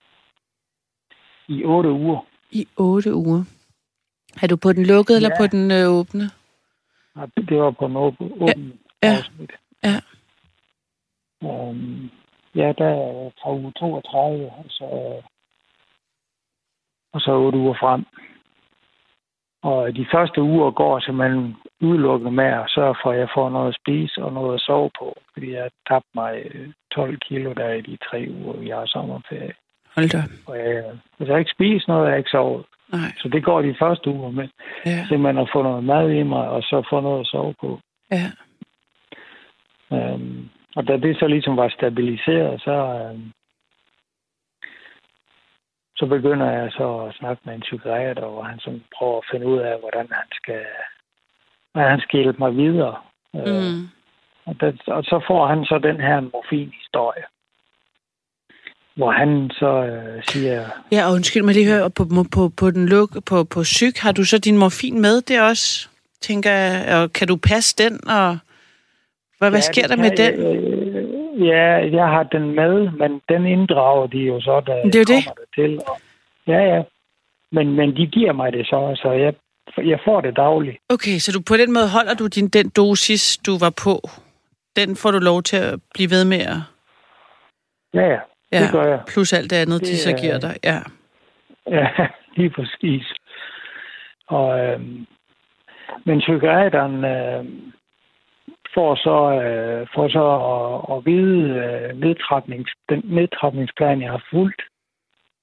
i otte uger. I otte uger? Er du på den lukkede, ja. Eller på den øh, åbne? Ja, det var på den åbne, åbne ja. afsnit. Ja. Um, ja, der er fra uge toogtredive, og så, og så otte uger frem. Og de første uger går simpelthen udelukkende med at sørge for, at jeg får noget at spise og noget at sove på. Fordi jeg tabte mig tolv kilo der i de tre uger, vi har sommerferie. Hold da. Og jeg, hvis jeg ikke spiser noget, jeg ikke sovet. Nej. Så det går de første uger med. Ja. Simpelthen at få noget mad i mig, og så få noget at sove på. Ja. Um, og da det så ligesom var stabiliseret, så, um, så begynder jeg så at snakke med en psykiater, hvor han så prøver at finde ud af, hvordan han skal, hvordan han skal hjælpe mig videre. Mm. Uh, og, der, og så får han så den her morfinhistorie, hvor han så øh, siger... Ja, og undskyld mig lige høre, på, på, på den luk, på, på psyk, har du så din morfin med det også? Tænker jeg, og kan du passe den, og hvad, ja, hvad sker der med jeg, den? Øh, ja, jeg har den med, men den inddrager de jo så, da det er kommer det. det til. Og, ja, ja. Men, men de giver mig det så, så jeg, jeg får det dagligt. Okay, så du på den måde holder du din, den dosis, du var på, den får du lov til at blive ved med at... Ja, ja. Ja, det gør jeg. Plus alt det andet, det, de så giver dig. Ja, ja lige præcis. Og, øh, men psykiateren øh, får så, øh, får så at, at vide øh, nedtrapnings, den nedtrapningsplan, jeg har fulgt.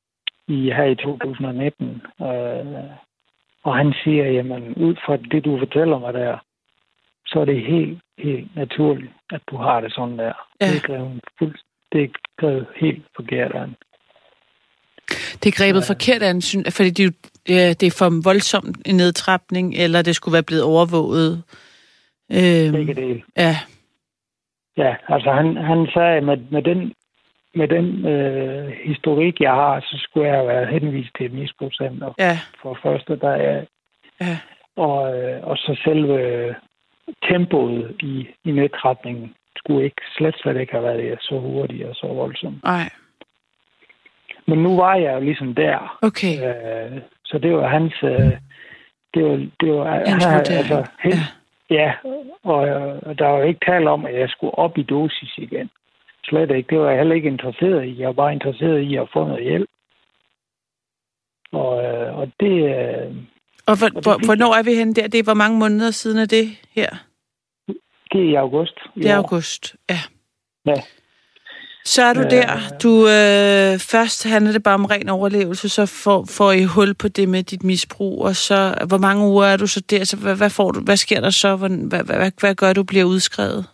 i her i to tusind nitten. Øh, og han siger, jamen ud fra det, du fortæller mig der, så er det helt, helt naturligt, at du har det sådan der. Ja. Det er grebet fuldt, det er grebet helt forkert an. Det er grebet ja. forkert an, fordi det, det er for voldsom en nedtrapning, eller det skulle være blevet overvåget. Øhm, Begge dele. Ja. Ja, altså han, han sagde, med, med den, med den øh, historik, jeg har, så skulle jeg være henvist til et misbrugscenter. Ja. For første, der er... Ja. Og, øh, og så selve tempoet i, i nedtrapningen skulle ikke, slet slet ikke have været så hurtigt og så voldsomt. Nej. Men nu var jeg jo ligesom der. Okay. Øh, så det var hans... Øh, det var, det var hans han, vurdering. altså, helt, ja. Ja, og, og der var jo ikke tale om, at jeg skulle op i dosis igen. Slet ikke. Det var jeg heller ikke interesseret i. Jeg var bare interesseret i at få noget hjælp. Og, og det... Og, hvor, og det hvornår er vi henne der? Det er hvor mange måneder siden er det her? Det er i august. Det er august, ja. Ja. Så er du øh, der. Du, øh, først handler det bare om ren overlevelse, så får, får I hul på det med dit misbrug, og så, hvor mange uger er du så der? Så hvad, hvad, får du, hvad sker der så? Hvad, hvad, hvad, hvad gør du, bliver udskrevet?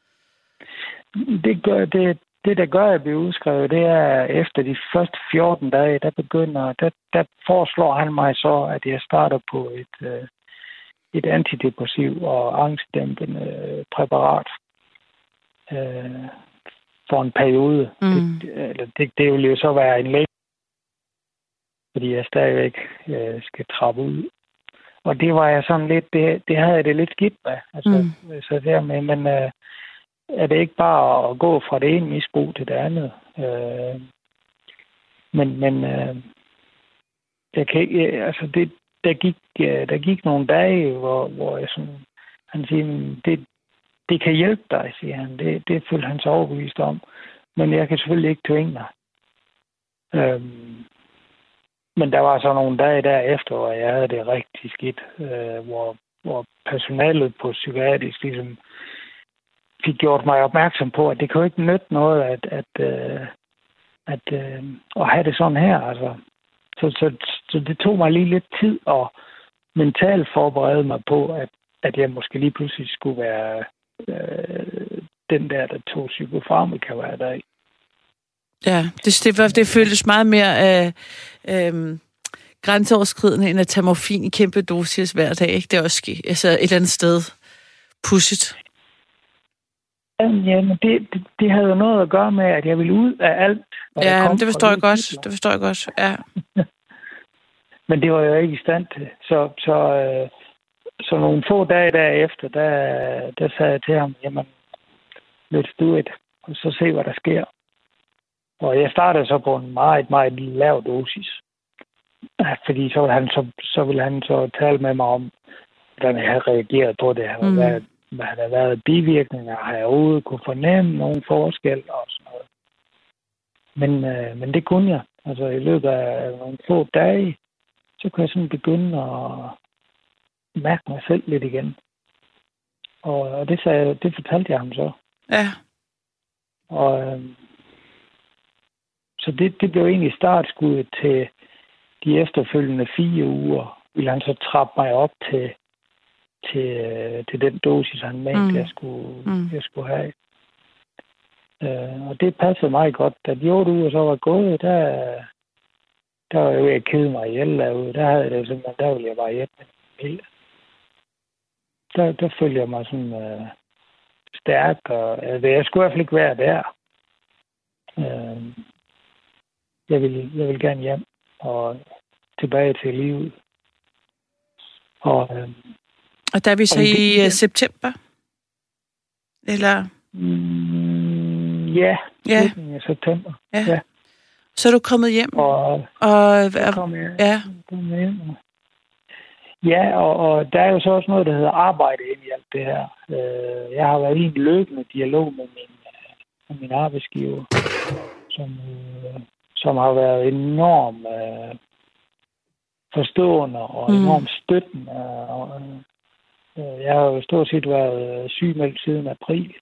Det, gør, det, det, der gør, at jeg bliver udskrevet, det er efter de første fjorten dage, der begynder, der, der foreslår han mig så, at jeg starter på et, øh, et antidepressiv og angstdæmpende præparat. Øh, for en periode. Mm. Det, eller det, det vil jo så være en læge, fordi jeg stadigvæk øh, skal trappe ud. Og det var jeg sådan lidt, det, det havde jeg det lidt skidt med. Altså, mm. så dermed, men øh, er det ikke bare at gå fra det ene misbrug til det andet? Øh, men men øh, jeg kan ikke, altså det, der gik, der gik nogle dage, hvor, hvor jeg sådan, han siger, det Det kan hjælpe dig, siger han. Det, det følte han så overbevist om. Men jeg kan selvfølgelig ikke tvinge dig. Øhm, men der var så nogle dage derefter, hvor jeg havde det rigtig skidt. Øh, hvor, hvor personalet på psykiatrisk ligesom fik gjort mig opmærksom på, at det kan jo ikke nytte noget at, at, øh, at, øh, at have det sådan her. Altså. Så, så, så det tog mig lige lidt tid at mentalt forberede mig på, at, at jeg måske lige pludselig skulle være Øh, den der, der tog psykofarmaka hver dag. Ja, det, det, det føltes meget mere øh, øh, grænseoverskridende, end at tage morfin i kæmpe dosis hver dag, ikke? Det er også altså, et eller andet sted pudsigt. Ja, men det, det, det havde jo noget at gøre med, at jeg ville ud af alt. Ja, det forstår jeg godt. Det forstår jeg godt, ja. Men det var jeg ikke i stand til. Så, så øh, Så nogle få dage derefter, der, der sagde jeg til ham, jamen, let's do it, og så se, hvad der sker. Og jeg startede så på en meget, meget lav dosis. Fordi så ville han så, så, ville han så tale med mig om, hvordan jeg havde reageret på det. Mm. Hvad, hvad havde der været bivirkninger? Har jeg overhovedet kunne fornemme nogen forskel? Og sådan noget. Men, øh, men det kunne jeg. Altså i løbet af nogle få dage, så kunne jeg sådan begynde at mærke mig selv lidt igen. Og, og det, sagde, det fortalte jeg ham så. Ja. Og øh, så det, det blev egentlig startskuddet til de efterfølgende fire uger. Ville han så trappe mig op til, til, til den dosis, han mente, mm. jeg, skulle, mm. jeg skulle have. Øh, og det passede mig godt. Da de otte uger så var gået, der, der var jeg ved at kede mig ihjel derude. Der havde jeg det simpelthen, der ville jeg bare hjem med hele. Der, der følte jeg mig sådan øh, stærk, og altså, jeg skulle i hvert fald ikke være der. Øh, jeg, vil, jeg vil gerne hjem og tilbage til livet. Og, øh, og der er vi så i det, september? Eller? Mm, ja, ja. i september. Ja. Ja. Så er du kommet hjem? Og, og, så kom jeg, ja. kom jeg hjem. Ja, og, og der er jo så også noget, der hedder arbejde ind i alt det her. Øh, jeg har været i en løbende dialog med min, med min arbejdsgiver, som, øh, som har været enormt øh, forstående og mm. enormt støttende. Og, øh, jeg har jo stort set været sygemeldt siden april.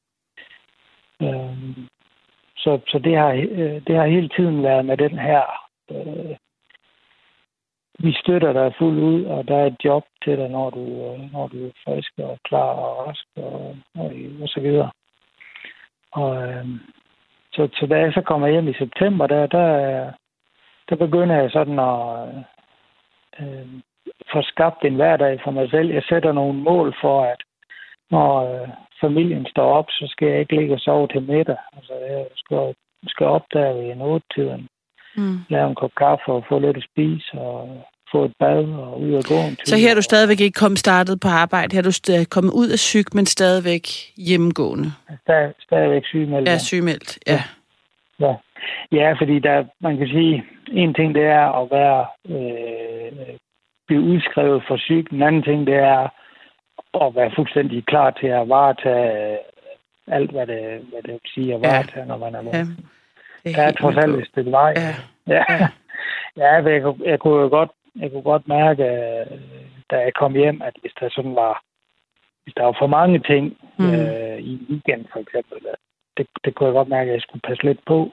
Øh, så så det, har, øh, det har hele tiden været med den her øh, vi støtter dig fuldt ud, og der er et job til dig, når du, når du er frisk og klar og rask og, og, og så videre. Og øh, så, så da jeg så kommer hjem i september, der, der, der begynder jeg sådan at øh, få skabt en hverdag for mig selv. Jeg sætter nogle mål for, at når øh, familien står op, så skal jeg ikke ligge og sove til middag. Altså, jeg skal, skal op der ved en otte-tiden. Mm. Lave en kop kaffe og få lidt at spise og få et bad og ud og gå en tur. Så her er du stadigvæk ikke kommet startet på arbejde? Her er du st- kommet ud af syg, men stadigvæk hjemmegående? Stad, stadigvæk sygemeldt. Ja, sygemeldt, ja. Ja, ja fordi der, man kan sige, en ting det er at være øh, blive udskrevet for syg. En anden ting det er at være fuldstændig klar til at varetage alt, hvad det, hvad det vil sige at varetage, ja. Når man er med. Ja. Der er trods alt et stykke vej. Ja. Ja, ja. Ja, jeg, kunne, jeg kunne jo godt, jeg kunne godt mærke, da jeg kom hjem, at hvis der sådan var, hvis der var for mange ting mm. øh, i en weekend for eksempel, det, det kunne jeg godt mærke, at jeg skulle passe lidt på.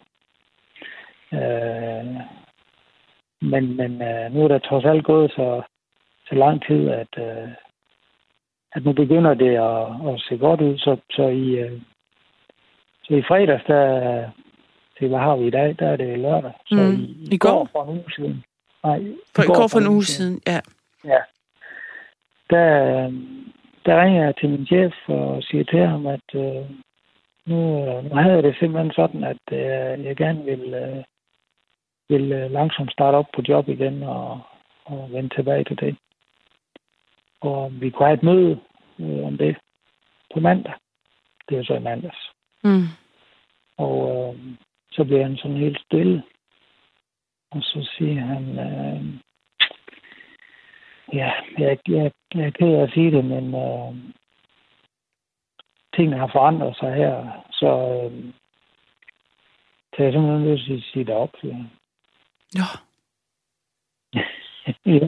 Øh, men men øh, nu er der trods alt gået så, så lang tid, at, øh, at nu begynder det at, at se godt ud. Så, så, i, øh, så i fredags, der det, hvad har vi i dag? Der er det lørdag. Så mm. i, i går? går for en uge siden. Nej, i for, går, går for en uge siden, ja. Ja. Der, der ringer jeg til min chef og siger til ham, at øh, nu, nu havde jeg det simpelthen sådan, at øh, jeg gerne vil, øh, vil øh, langsomt starte op på job igen og, og vende tilbage til det. Og vi kunne have et møde øh, om det på mandag. Det er så i mandags. Mm. Og øh, så bliver han sådan helt stille. Og så siger han, øh, ja, jeg, jeg, jeg er ked af at sige det, men øh, tingene har forandret sig her. Så, øh, så jeg er simpelthen nødt til at sige det op. Ja. Ja. Ja.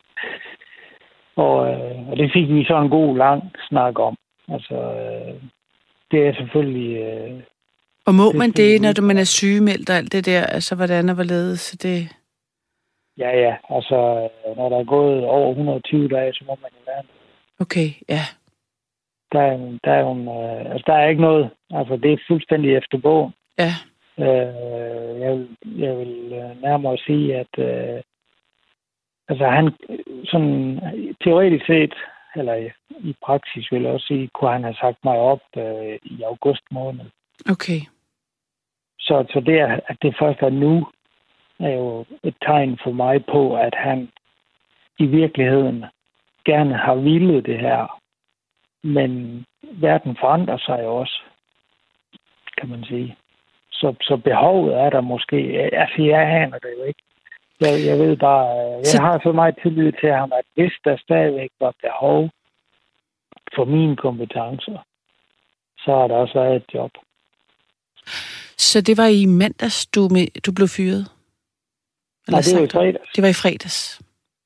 Og, øh, og det fik vi så en god lang snak om. Altså, øh, det er selvfølgelig... Øh, Og må man det, når man er sygemeldt og alt det der? Altså, hvordan og hvorledes? Så det... Ja, ja. Altså, når der er gået over et hundrede og tyve dage, så må man jo være. Okay, ja. Der er, der er jo en, øh, altså, der er ikke noget. Altså, det er fuldstændig efter bogen. Ja. Øh, jeg, vil, jeg vil nærmere sige, at øh, altså, han sådan teoretisk set, eller i, i praksis vil jeg også sige, kunne han have sagt mig op øh, i august måned. Okay. Så, så det, at det først er nu, er jo et tegn for mig på, at han i virkeligheden gerne har villet det her. Men verden forandrer sig jo også, kan man sige. Så, så behovet er der måske. Altså, jeg aner det jo ikke. Jeg, jeg ved bare, jeg så... har så meget tillid til ham, at hvis der stadigvæk var behov for mine kompetencer, så har der også været et job. Så det var i mandags, du, med, du blev fyret? Nej, det var i fredags. Det var i fredags.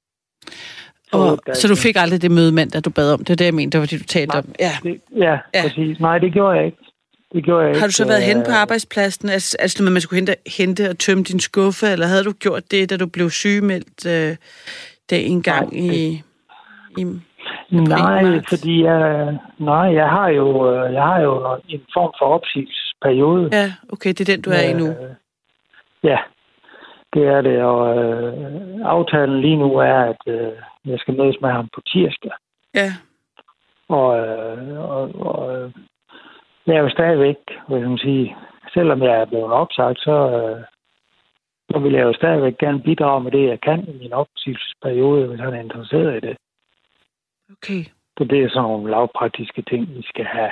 Og, så du fik aldrig det møde mandag, du bad om? Det er det, jeg mente, det var det, du talte Nej, om? Ja. Det, ja, ja, præcis. Nej, det gjorde jeg ikke. Det gjorde jeg har du så været øh... hen på arbejdspladsen? Altså, altså når man skulle hente, hente og tømme din skuffe, eller havde du gjort det, da du blev sygemeldt øh, der en gang nej, i... i nej, marts? fordi jeg, nej, jeg har jo, jeg har jo en form for opsigelsesperiode. Ja, okay, det er den, du er i nu. Øh, ja, det er det, og øh, aftalen lige nu er, at øh, jeg skal mødes med ham på tirsdag. Ja. Og, øh, og, og jeg er jo stadigvæk, vil jeg sige, selvom jeg er blevet opsagt, så, øh, så vil jeg jo stadigvæk gerne bidrage med det, jeg kan i min opsigelsesperiode, hvis han er interesseret i det. Okay. Så det er sådan nogle lavpraktiske ting, vi skal have,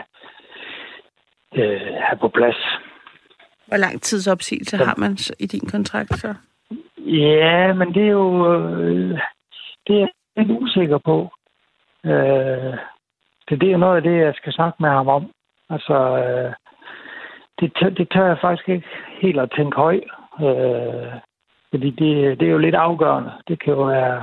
øh, have på plads. Hvor lang tids opsigelse har man i din kontrakt så? Ja, men det er jo øh, det er jeg lidt usikker på. Øh, det, det er noget af det, jeg skal snakke med ham om. Altså, øh, det, tør, det tør jeg faktisk ikke helt at tænke højt. Øh, fordi det, det er jo lidt afgørende. Det kan jo være...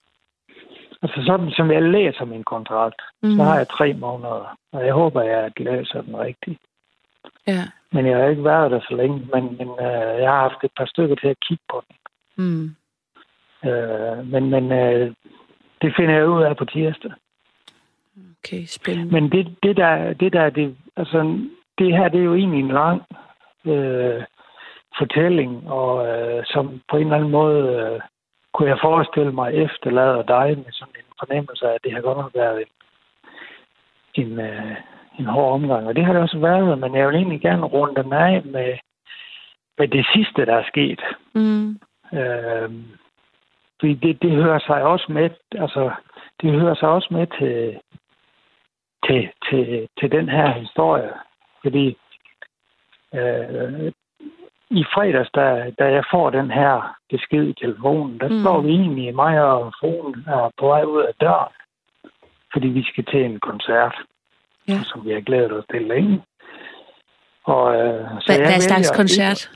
Altså sådan, som jeg læser min kontrakt, mm. så har jeg tre måneder. Og jeg håber, jeg læser den rigtigt. Ja. Men jeg har ikke været der så længe. Men, men øh, jeg har haft et par stykker til at kigge på den. Mm. Øh, men men øh, det finder jeg ud af på tirsdag. Okay, spændende. Men det, det der, det der, det, altså, det her, det er jo egentlig en lang øh, fortælling, og øh, som på en eller anden måde øh, kunne jeg forestille mig efterlader dig med sådan en fornemmelse af, at det har godt nok været en, en, øh, en hård omgang. Og det har det også været, men jeg vil egentlig gerne runde den af med, med det sidste, der er sket. Mm. Øh, fordi det, det hører sig også med, altså, det hører sig også med til, til, til, til den her historie. Fordi øh, i fredags, da, da jeg får den her besked i telefonen, der mm. står vi egentlig, mig og fruen er på vej ud af døren, fordi vi skal til en koncert, ja. Som vi har glædet os til længe. Og, øh, så Hvad, hvad slags koncert?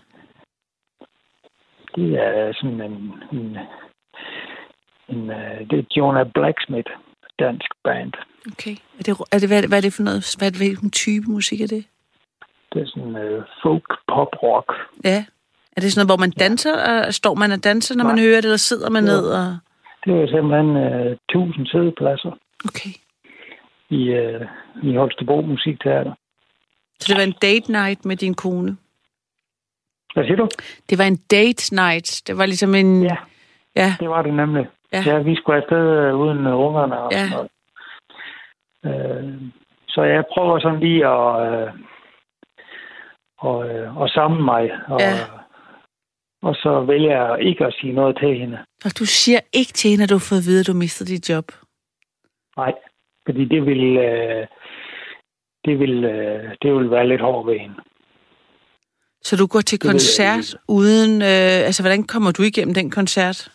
Det er sådan en... en, en det er Jonah Blacksmith, dansk band. Okay. Er det, er det, hvad, hvad er det for noget? Hvad er det, hvilken type musik er det? Det er sådan uh, folk, pop, rock. Ja. Er det sådan noget, hvor man danser? Ja. Står man og danser, når Nej. man hører det, eller sidder man ja. ned? Og... Det er simpelthen uh, tusind sædepladser. Okay. I, uh, i Holstebro Musikteater. Så det var en date night med din kone? Hvad siger du? Det var en date night. Det var ligesom en... Ja, ja. det var det nemlig. Ja, ja vi skulle afsted uden ungerne. Og ja. sådan noget. Uh, så jeg prøver sådan lige at... Uh, Og, øh, og samle mig. Og, ja. og så vælger jeg ikke at sige noget til hende. Og du siger ikke til hende, at du har fået at vide, at du mistede dit job? Nej, fordi det vil, øh, det vil, øh, det vil være lidt hårdt ved hende. Så du går til det koncert uden... Øh, altså, hvordan kommer du igennem den koncert?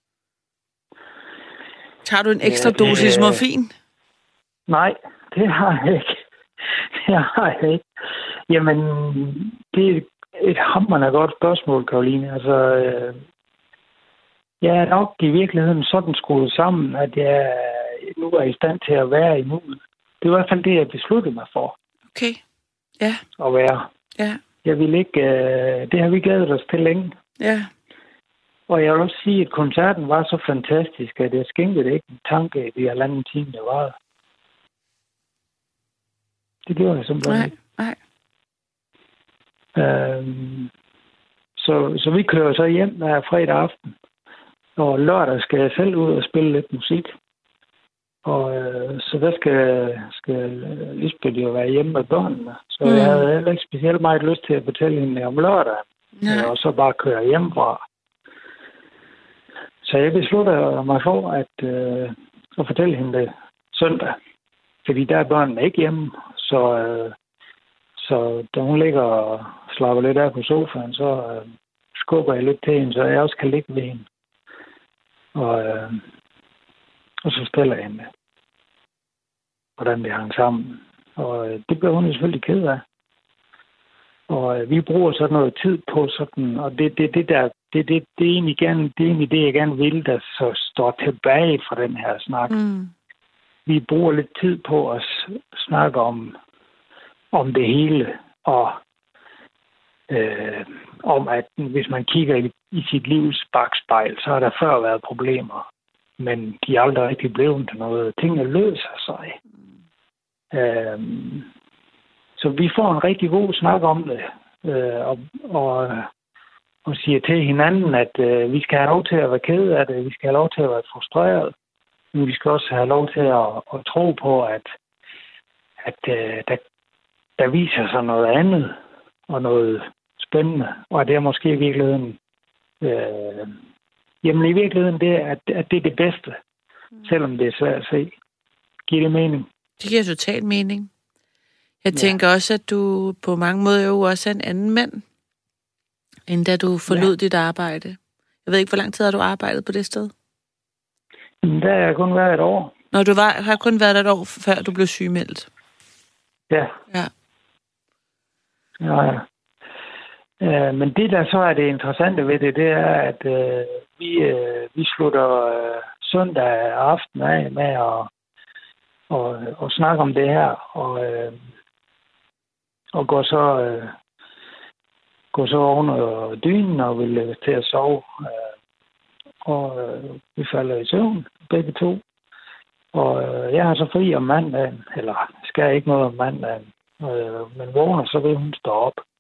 Tager du en ekstra ja, dosis øh, morfin? Nej, det har jeg ikke. Det har jeg ikke. Jamen, det er et hamrende godt spørgsmål, Karoline. Altså, øh, jeg er nok i virkeligheden sådan skruet sammen, at jeg nu er i stand til at være i nuet. Det var i hvert fald det, jeg besluttede mig for. Okay, ja. At være. Ja. Jeg vil ikke... Øh, det har vi glædet os til længe. Ja. Og jeg vil også sige, at koncerten var så fantastisk, at jeg skænkede ikke en tanke i halvanden time, der var. Det gjorde jeg simpelthen ikke. Nej, nej. Øhm, så, så vi kører så hjem hver fredag aften. Og lørdag skal jeg selv ud og spille lidt musik. Og øh, så der skal, skal Lisbeth jo være hjemme med børnene. Så mm. jeg havde heller ikke specielt meget lyst til at fortælle hende om lørdag. Ja. Og så bare køre hjemmefra. Så jeg beslutter mig for at, øh, at fortælle hende det søndag. Fordi der er børnene ikke hjemme. Så, øh, så da hun ligger og slapper lidt af på sofaen, så øh, skubber jeg lidt til hende, så jeg også kan ligge ved hende. Og, øh, og så stiller jeg hende, hvordan det hang sammen. Og øh, det bliver hun selvfølgelig ked af. Og øh, vi bruger sådan noget tid på sådan, og det, det, det der, det, det, det, er egentlig gerne, det er egentlig det, jeg gerne vil, der så står tilbage fra den her snak. Mm. Vi bruger lidt tid på at snakke om, om det hele, og øh, om, at hvis man kigger i, i sit livs bagspejl, så har der før været problemer, men de er aldrig rigtig blevet til noget. Tingene løser sig. Mm. Øh, så vi får en rigtig god snak om det, øh, og, og, og siger til hinanden, at øh, vi skal have lov til at være ked af det, vi skal have lov til at være frustreret, men vi skal også have lov til at, at tro på, at, at øh, der, der viser sig noget andet og noget spændende, og at det er måske i virkeligheden øh, jamen i virkeligheden det, at, at det er det bedste, mm. selvom det er svært at se. Giver det mening? Det giver totalt mening. Jeg ja. tænker også, at du på mange måder jo også er en anden mand, end da du forlod ja. dit arbejde. Jeg ved ikke, hvor lang tid har du arbejdet på det sted? Der har jeg kun været et år. Nå, du var, har kun været et år, før du blev sygemeldt? Ja. Ja. Ja, ja. Øh, men det, der så er det interessante ved det, det er, at øh, vi, øh, vi slutter øh, søndag aften af med at og, og snakke om det her, og, øh, og går så, øh, går så oven og dynen og vil til at sove. Øh, og øh, vi falder i søvn, begge to. Og øh, jeg har så fri om mandagen, eller skal ikke noget om mandagen, øh, men vågner, så vil hun stå op.